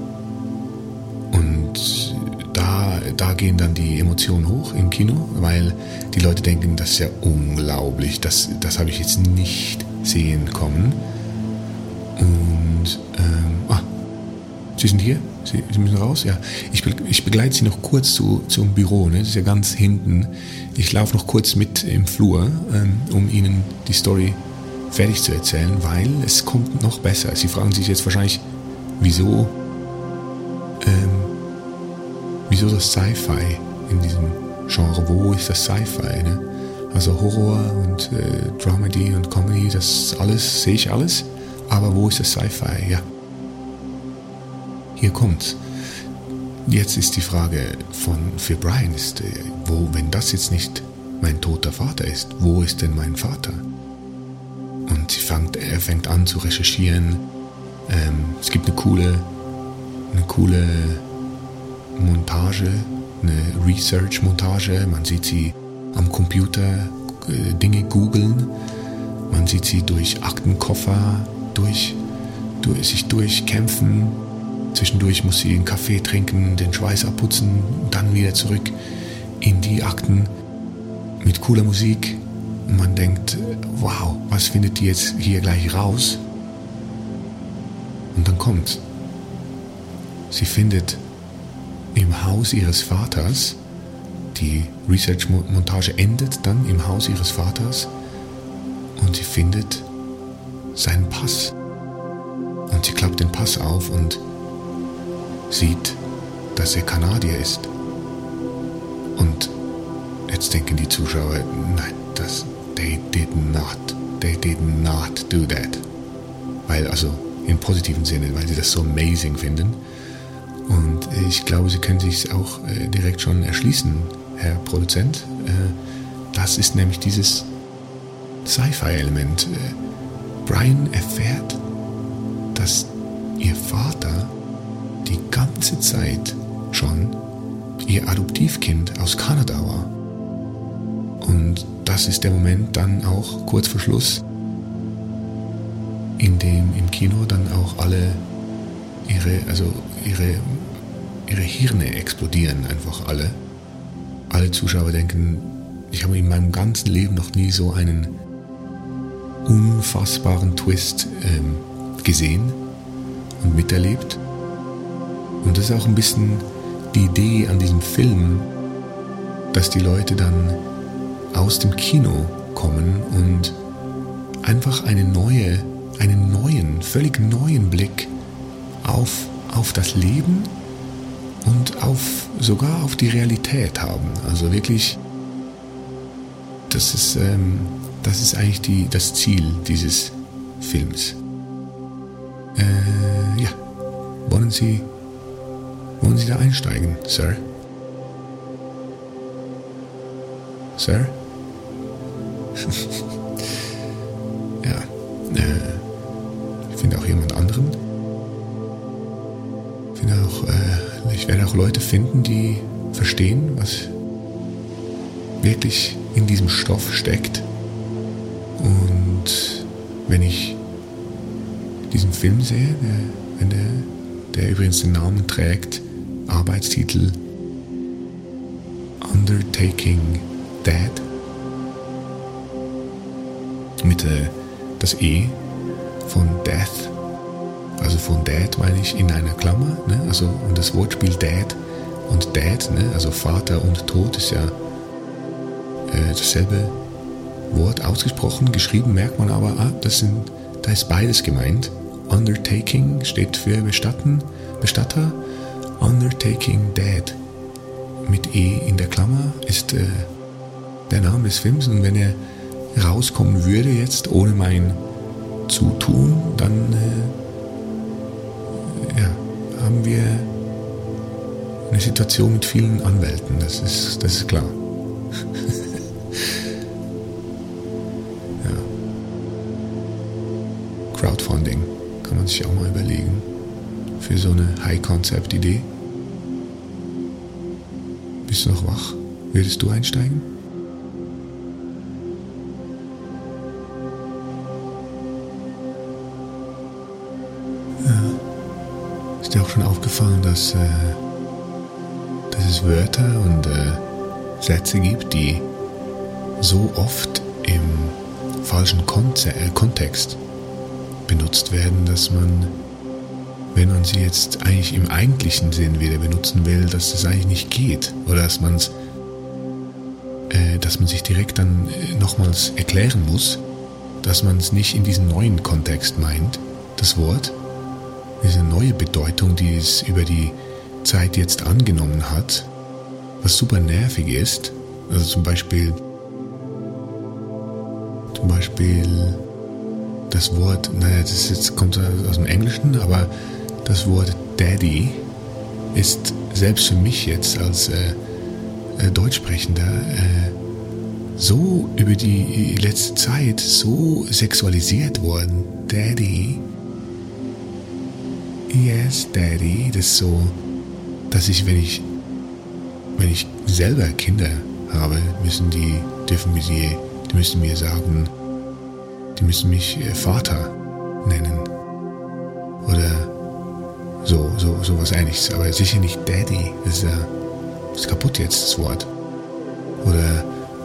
Speaker 7: da gehen dann die Emotionen hoch im Kino, weil die Leute denken, das ist ja unglaublich, das habe ich jetzt nicht sehen kommen. Und, Sie sind hier? Sie müssen raus? Ja. Ich begleite Sie noch kurz zum Büro, ne? Das ist ja ganz hinten. Ich laufe noch kurz mit im Flur, um Ihnen die Story fertig zu erzählen, weil es kommt noch besser. Sie fragen sich jetzt wahrscheinlich, wieso das Sci-Fi in diesem Genre? Wo ist das Sci-Fi? Ne? Also Horror und Dramedy und Comedy, das alles, sehe ich alles. Aber wo ist das Sci-Fi? Ja. Hier kommt's. Jetzt ist die Frage für Brian ist, wenn das jetzt nicht mein toter Vater ist, wo ist denn mein Vater? Und er fängt an zu recherchieren. Es gibt eine coole Montage, eine Research-Montage. Man sieht sie am Computer Dinge googeln. Man sieht sie durch Aktenkoffer sich durchkämpfen. Zwischendurch muss sie einen Kaffee trinken, den Schweiß abputzen, dann wieder zurück in die Akten mit cooler Musik. Und man denkt, wow, was findet die jetzt hier gleich raus? Und dann kommt's. Sie findet im Haus ihres Vaters, die Research-Montage endet dann im Haus ihres Vaters und sie findet seinen Pass. Und sie klappt den Pass auf und sieht, dass er Kanadier ist. Und jetzt denken die Zuschauer, nein, they did not do that. Weil, also im positiven Sinne, weil sie das so amazing finden. Und ich glaube, Sie können sich auch direkt schon erschließen, Herr Produzent. Das ist nämlich dieses Sci-Fi-Element. Brian erfährt, dass ihr Vater die ganze Zeit schon ihr Adoptivkind aus Kanada war. Und das ist der Moment dann auch kurz vor Schluss, in dem im Kino dann auch alle ihre Hirne explodieren, einfach alle. Alle Zuschauer denken, ich habe in meinem ganzen Leben noch nie so einen unfassbaren Twist gesehen und miterlebt. Und das ist auch ein bisschen die Idee an diesem Film, dass die Leute dann aus dem Kino kommen und einfach einen völlig neuen Blick auf das Leben und sogar auf die Realität haben. Also wirklich, das ist eigentlich das Ziel dieses Films. Ja, wollen Sie da einsteigen, Sir? Sir? Ja, ich finde auch jemand anderen. Ich werde auch Leute finden, die verstehen, was wirklich in diesem Stoff steckt. Und wenn ich diesen Film sehe, der übrigens den Namen trägt, Arbeitstitel Undertaking Dad, mit das E von Death, also von Dad meine ich in einer Klammer, ne? Also und das Wortspiel Dad und Dad, ne? Also Vater und Tod ist ja dasselbe Wort ausgesprochen, geschrieben merkt man aber, da ist beides gemeint. Undertaking steht für Bestatter, Undertaking Dad mit E in der Klammer ist der Name des Films. Und wenn ihr rauskommen würde jetzt ohne mein Zutun, dann haben wir eine Situation mit vielen Anwälten, das ist klar. Ja. Crowdfunding kann man sich auch mal überlegen für so eine High-Concept-Idee. Bist du noch wach? Würdest du einsteigen? Ist dir auch schon aufgefallen, dass es Wörter und Sätze gibt, die so oft im falschen Kontext benutzt werden, dass man, wenn man sie jetzt eigentlich im eigentlichen Sinn wieder benutzen will, dass das eigentlich nicht geht. Oder dass man sich direkt dann nochmals erklären muss, dass man es nicht in diesem neuen Kontext meint, das Wort. Diese neue Bedeutung, die es über die Zeit jetzt angenommen hat, was super nervig ist. Also zum Beispiel das Wort, kommt aus dem Englischen, aber das Wort Daddy ist selbst für mich jetzt als Deutschsprechender so über die letzte Zeit so sexualisiert worden. Daddy. Yes, Daddy. Das ist so, dass wenn ich selber Kinder habe, die müssen mir sagen, die müssen mich Vater nennen. Oder so was Ähnliches. Aber sicher nicht Daddy. Das ist kaputt jetzt, das Wort. Oder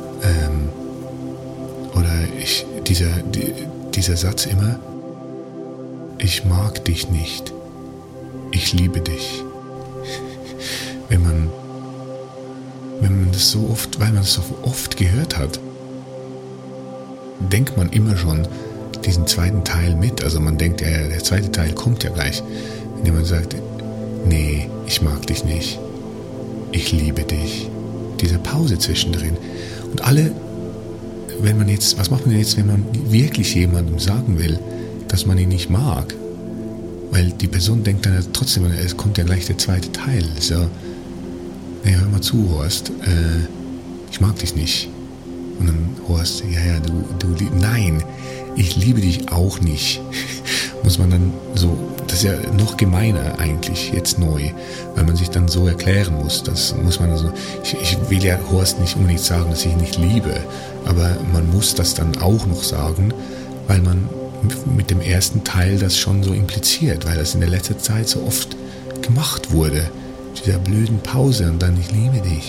Speaker 7: dieser Satz immer, ich mag dich nicht. Ich liebe dich. Wenn man das so oft, weil man es so oft gehört hat, denkt man immer schon diesen zweiten Teil mit. Also man denkt, der zweite Teil kommt ja gleich. Indem man sagt, nee, ich mag dich nicht. Ich liebe dich. Diese Pause zwischendrin. Und was macht man jetzt, wenn man wirklich jemandem sagen will, dass man ihn nicht mag? Weil die Person denkt dann trotzdem, es kommt ja gleich der zweite Teil. So, nee, hör mal zu, Horst, ich mag dich nicht. Und dann Horst, nein, ich liebe dich auch nicht. Muss man dann so, das ist ja noch gemeiner eigentlich, jetzt neu, weil man sich dann so erklären muss. Das muss man also, ich will ja Horst nicht unbedingt sagen, dass ich ihn nicht liebe, aber man muss das dann auch noch sagen, weil man mit dem ersten Teil das schon so impliziert, weil das in der letzten Zeit so oft gemacht wurde. Dieser blöden Pause und dann ich liebe dich.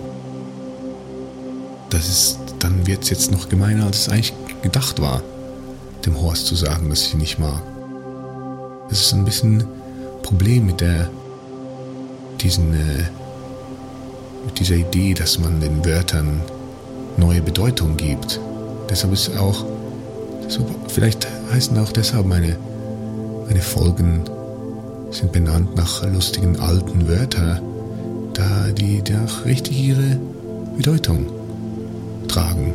Speaker 7: Dann wird es jetzt noch gemeiner, als es eigentlich gedacht war, dem Horst zu sagen, dass ich ihn nicht mag. Das ist ein bisschen ein Problem mit dieser Idee, dass man den Wörtern neue Bedeutung gibt. Deshalb ist auch, vielleicht heißen auch deshalb meine Folgen sind benannt nach lustigen alten Wörtern, die auch richtig ihre Bedeutung tragen.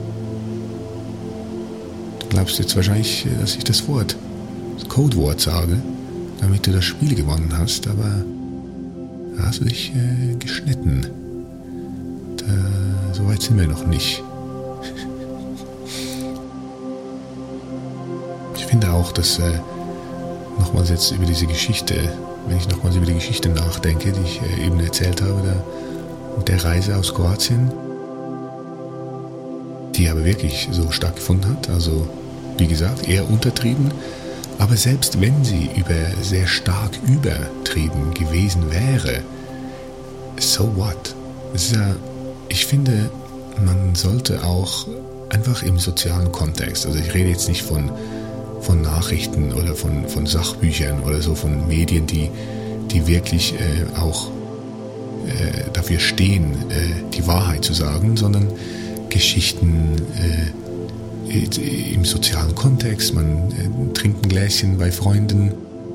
Speaker 7: Du glaubst jetzt wahrscheinlich, dass ich das Codewort sage, damit du das Spiel gewonnen hast, aber da hast du dich geschnitten. So weit sind wir noch nicht. Ich finde auch, dass nochmals jetzt über diese Geschichte, wenn ich nochmals über die Geschichte nachdenke, die ich eben erzählt habe, der Reise aus Kroatien, die aber wirklich so stattgefunden hat, also wie gesagt, eher untertrieben, aber selbst wenn sie sehr stark übertrieben gewesen wäre, so what? Ich finde, man sollte auch einfach im sozialen Kontext, also ich rede jetzt nicht von Nachrichten oder von Sachbüchern oder so, von Medien, die wirklich auch dafür stehen, die Wahrheit zu sagen, sondern Geschichten im sozialen Kontext. Man trinkt ein Gläschen bei Freunden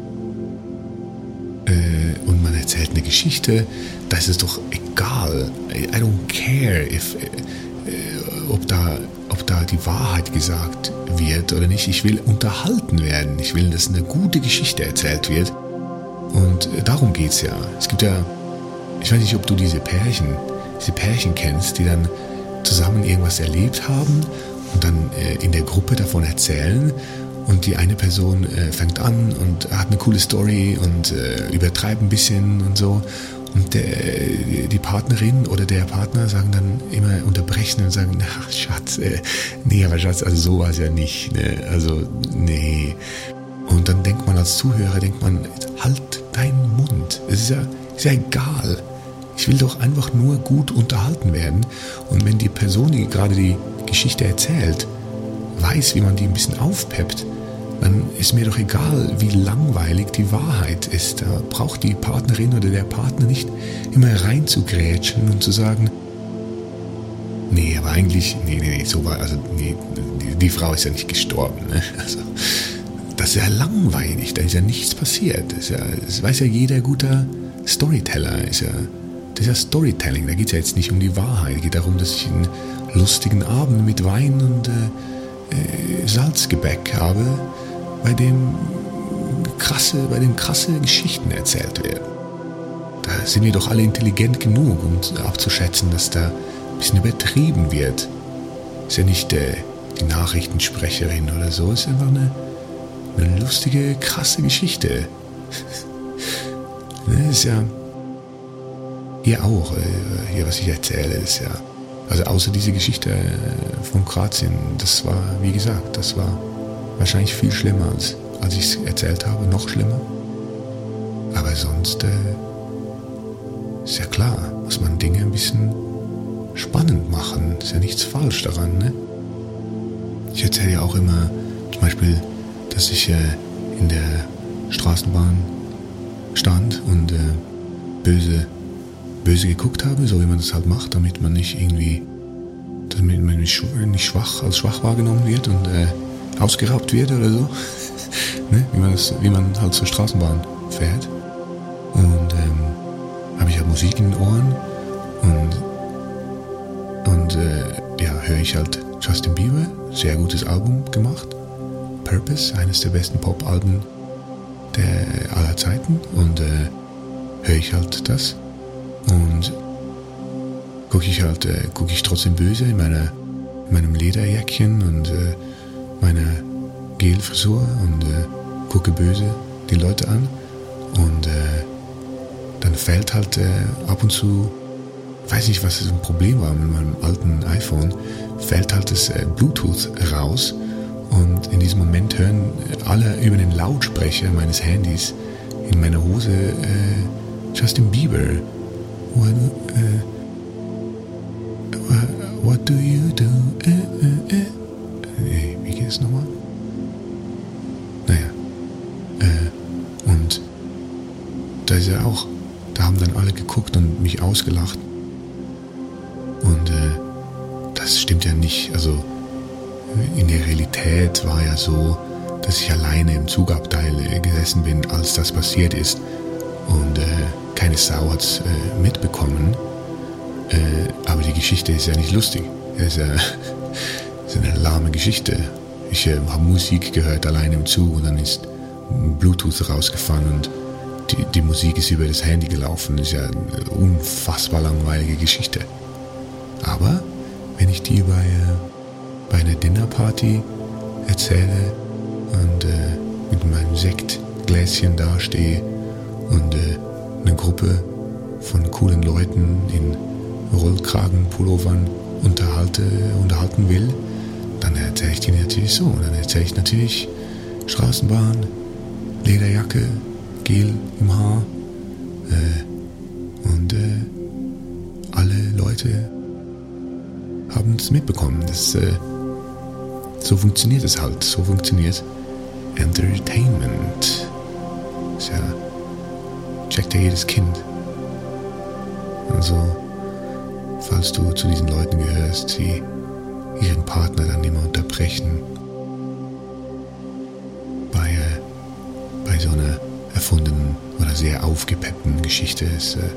Speaker 7: und man erzählt eine Geschichte. Das ist doch egal. I don't care ob ob da die Wahrheit gesagt wird oder nicht. Ich will unterhalten werden. Ich will, dass eine gute Geschichte erzählt wird. Und darum geht's ja. Es gibt ja, ich weiß nicht, ob du diese Pärchen kennst, die dann zusammen irgendwas erlebt haben und dann in der Gruppe davon erzählen. Und die eine Person fängt an und hat eine coole Story und übertreibt ein bisschen und so. Und die Partnerin oder der Partner sagen dann immer, unterbrechen und sagen, ach Schatz, nee, aber Schatz, also so war es ja nicht. Ne? Also, nee. Und dann denkt man als Zuhörer, halt deinen Mund. Es ist ja egal. Ich will doch einfach nur gut unterhalten werden. Und wenn die Person, die gerade die Geschichte erzählt, weiß, wie man die ein bisschen aufpeppt, dann ist mir doch egal, wie langweilig die Wahrheit ist. Da braucht die Partnerin oder der Partner nicht immer reinzugrätschen und zu sagen, nee, aber eigentlich, nee, so war, also nee, die Frau ist ja nicht gestorben. Ne? Also, das ist ja langweilig, da ist ja nichts passiert. Das weiß ja jeder guter Storyteller. Das ist ja Storytelling, da geht es ja jetzt nicht um die Wahrheit. Es geht darum, dass ich einen lustigen Abend mit Wein und Salzgebäck habe, bei dem krasse Geschichten erzählt werden. Da sind wir doch alle intelligent genug, um abzuschätzen, dass da ein bisschen übertrieben wird. Ist ja nicht die Nachrichtensprecherin oder so, ist einfach eine lustige, krasse Geschichte. Das ist ja hier auch, hier was ich erzähle, ist ja, also außer diese Geschichte von Kroatien, das war, wie gesagt, das war wahrscheinlich viel schlimmer, als ich es erzählt habe, noch schlimmer. Aber sonst ist ja klar, muss man Dinge ein bisschen spannend machen, ist ja nichts falsch daran, ne? Ich erzähle ja auch immer, zum Beispiel, dass ich in der Straßenbahn stand und böse geguckt habe, so wie man das halt macht, damit man nicht irgendwie, damit man nicht als schwach wahrgenommen wird und ausgeraubt wird oder so, ne? Wie man halt zur Straßenbahn fährt. Und habe ich halt Musik in den Ohren und höre ich halt Justin Bieber, sehr gutes Album gemacht, Purpose, eines der besten Pop-Alben aller Zeiten, und höre ich halt das. Und gucke ich trotzdem böse in meinem Lederjäckchen und meiner Gelfrisur und gucke böse die Leute an. Und dann fällt halt ab und zu, weiß nicht, was das ein Problem war mit meinem alten iPhone, fällt halt das Bluetooth raus. Und in diesem Moment hören alle über den Lautsprecher meines Handys in meiner Hose Justin Bieber. What do you do? Wie geht es nochmal? Naja. Und da ist er auch. Da haben dann alle geguckt und mich ausgelacht. Und das stimmt ja nicht. Also in der Realität war ja so, dass ich alleine im Zugabteil gesessen bin, als das passiert ist. Und keine Sau hat es mitbekommen. Aber die Geschichte ist ja nicht lustig. Es ist eine lahme Geschichte. Ich habe Musik gehört alleine im Zug und dann ist Bluetooth rausgefahren und die Musik ist über das Handy gelaufen. Das ist ja eine unfassbar langweilige Geschichte. Aber wenn ich die bei einer Dinnerparty erzähle und mit meinem Sektgläschen dastehe und eine Gruppe von coolen Leuten in Rollkragenpullovern unterhalten will, dann erzähle ich die natürlich so. Dann erzähle ich natürlich Straßenbahn, Lederjacke, Gel im Haar und alle Leute haben es mitbekommen. So funktioniert es halt. So funktioniert Entertainment. Das ist ja, checkt ja jedes Kind. Also, falls du zu diesen Leuten gehörst, die ihren Partner dann immer unterbrechen bei so einer erfundenen oder sehr aufgepeppten Geschichte,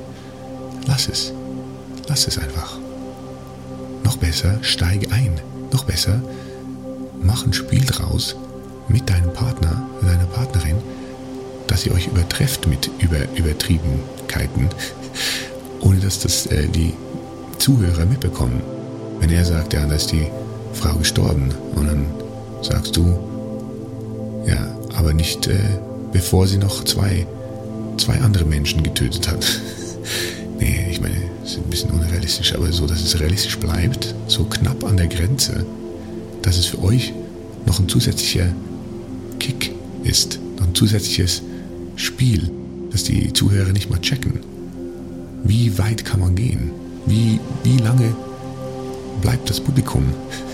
Speaker 7: lass es einfach. Noch besser, steige ein. noch besser, mach ein Spiel draus mit deinem Partner, mit deiner Partnerin, dass ihr euch übertrefft mit Übertriebenkeiten, ohne dass das die Zuhörer mitbekommen. Wenn er sagt, ja, da ist die Frau gestorben, und dann sagst du, ja, aber nicht bevor sie noch zwei andere Menschen getötet hat. Nee, ich meine, das ist ein bisschen unrealistisch, aber so, dass es realistisch bleibt, so knapp an der Grenze, dass es für euch noch ein zusätzlicher Kick ist, noch ein zusätzliches Spiel, dass die Zuhörer nicht mal checken. Wie weit kann man gehen? Wie lange bleibt das Publikum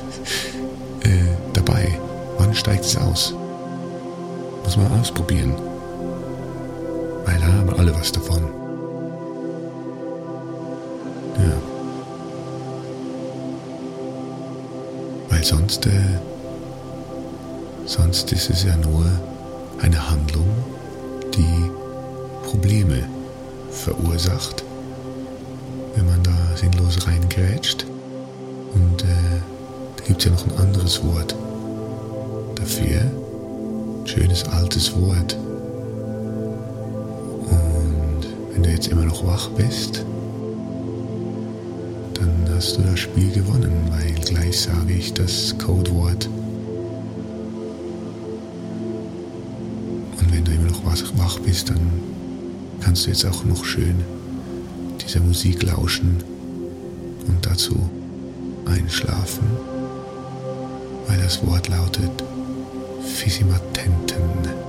Speaker 7: dabei? Wann steigt es aus? Muss man ausprobieren. Weil da haben alle was davon. Ja. Weil sonst ist es ja nur eine Handlung, die Probleme verursacht, wenn man da sinnlos reingrätscht. Und da gibt es ja noch ein anderes Wort dafür. Ein schönes altes Wort. Und wenn du jetzt immer noch wach bist, dann hast du das Spiel gewonnen, weil gleich sage ich das Codewort. Und wenn du immer noch wach bist, dann kannst du jetzt auch noch schön dieser Musik lauschen und dazu einschlafen, weil das Wort lautet Fisimatenten.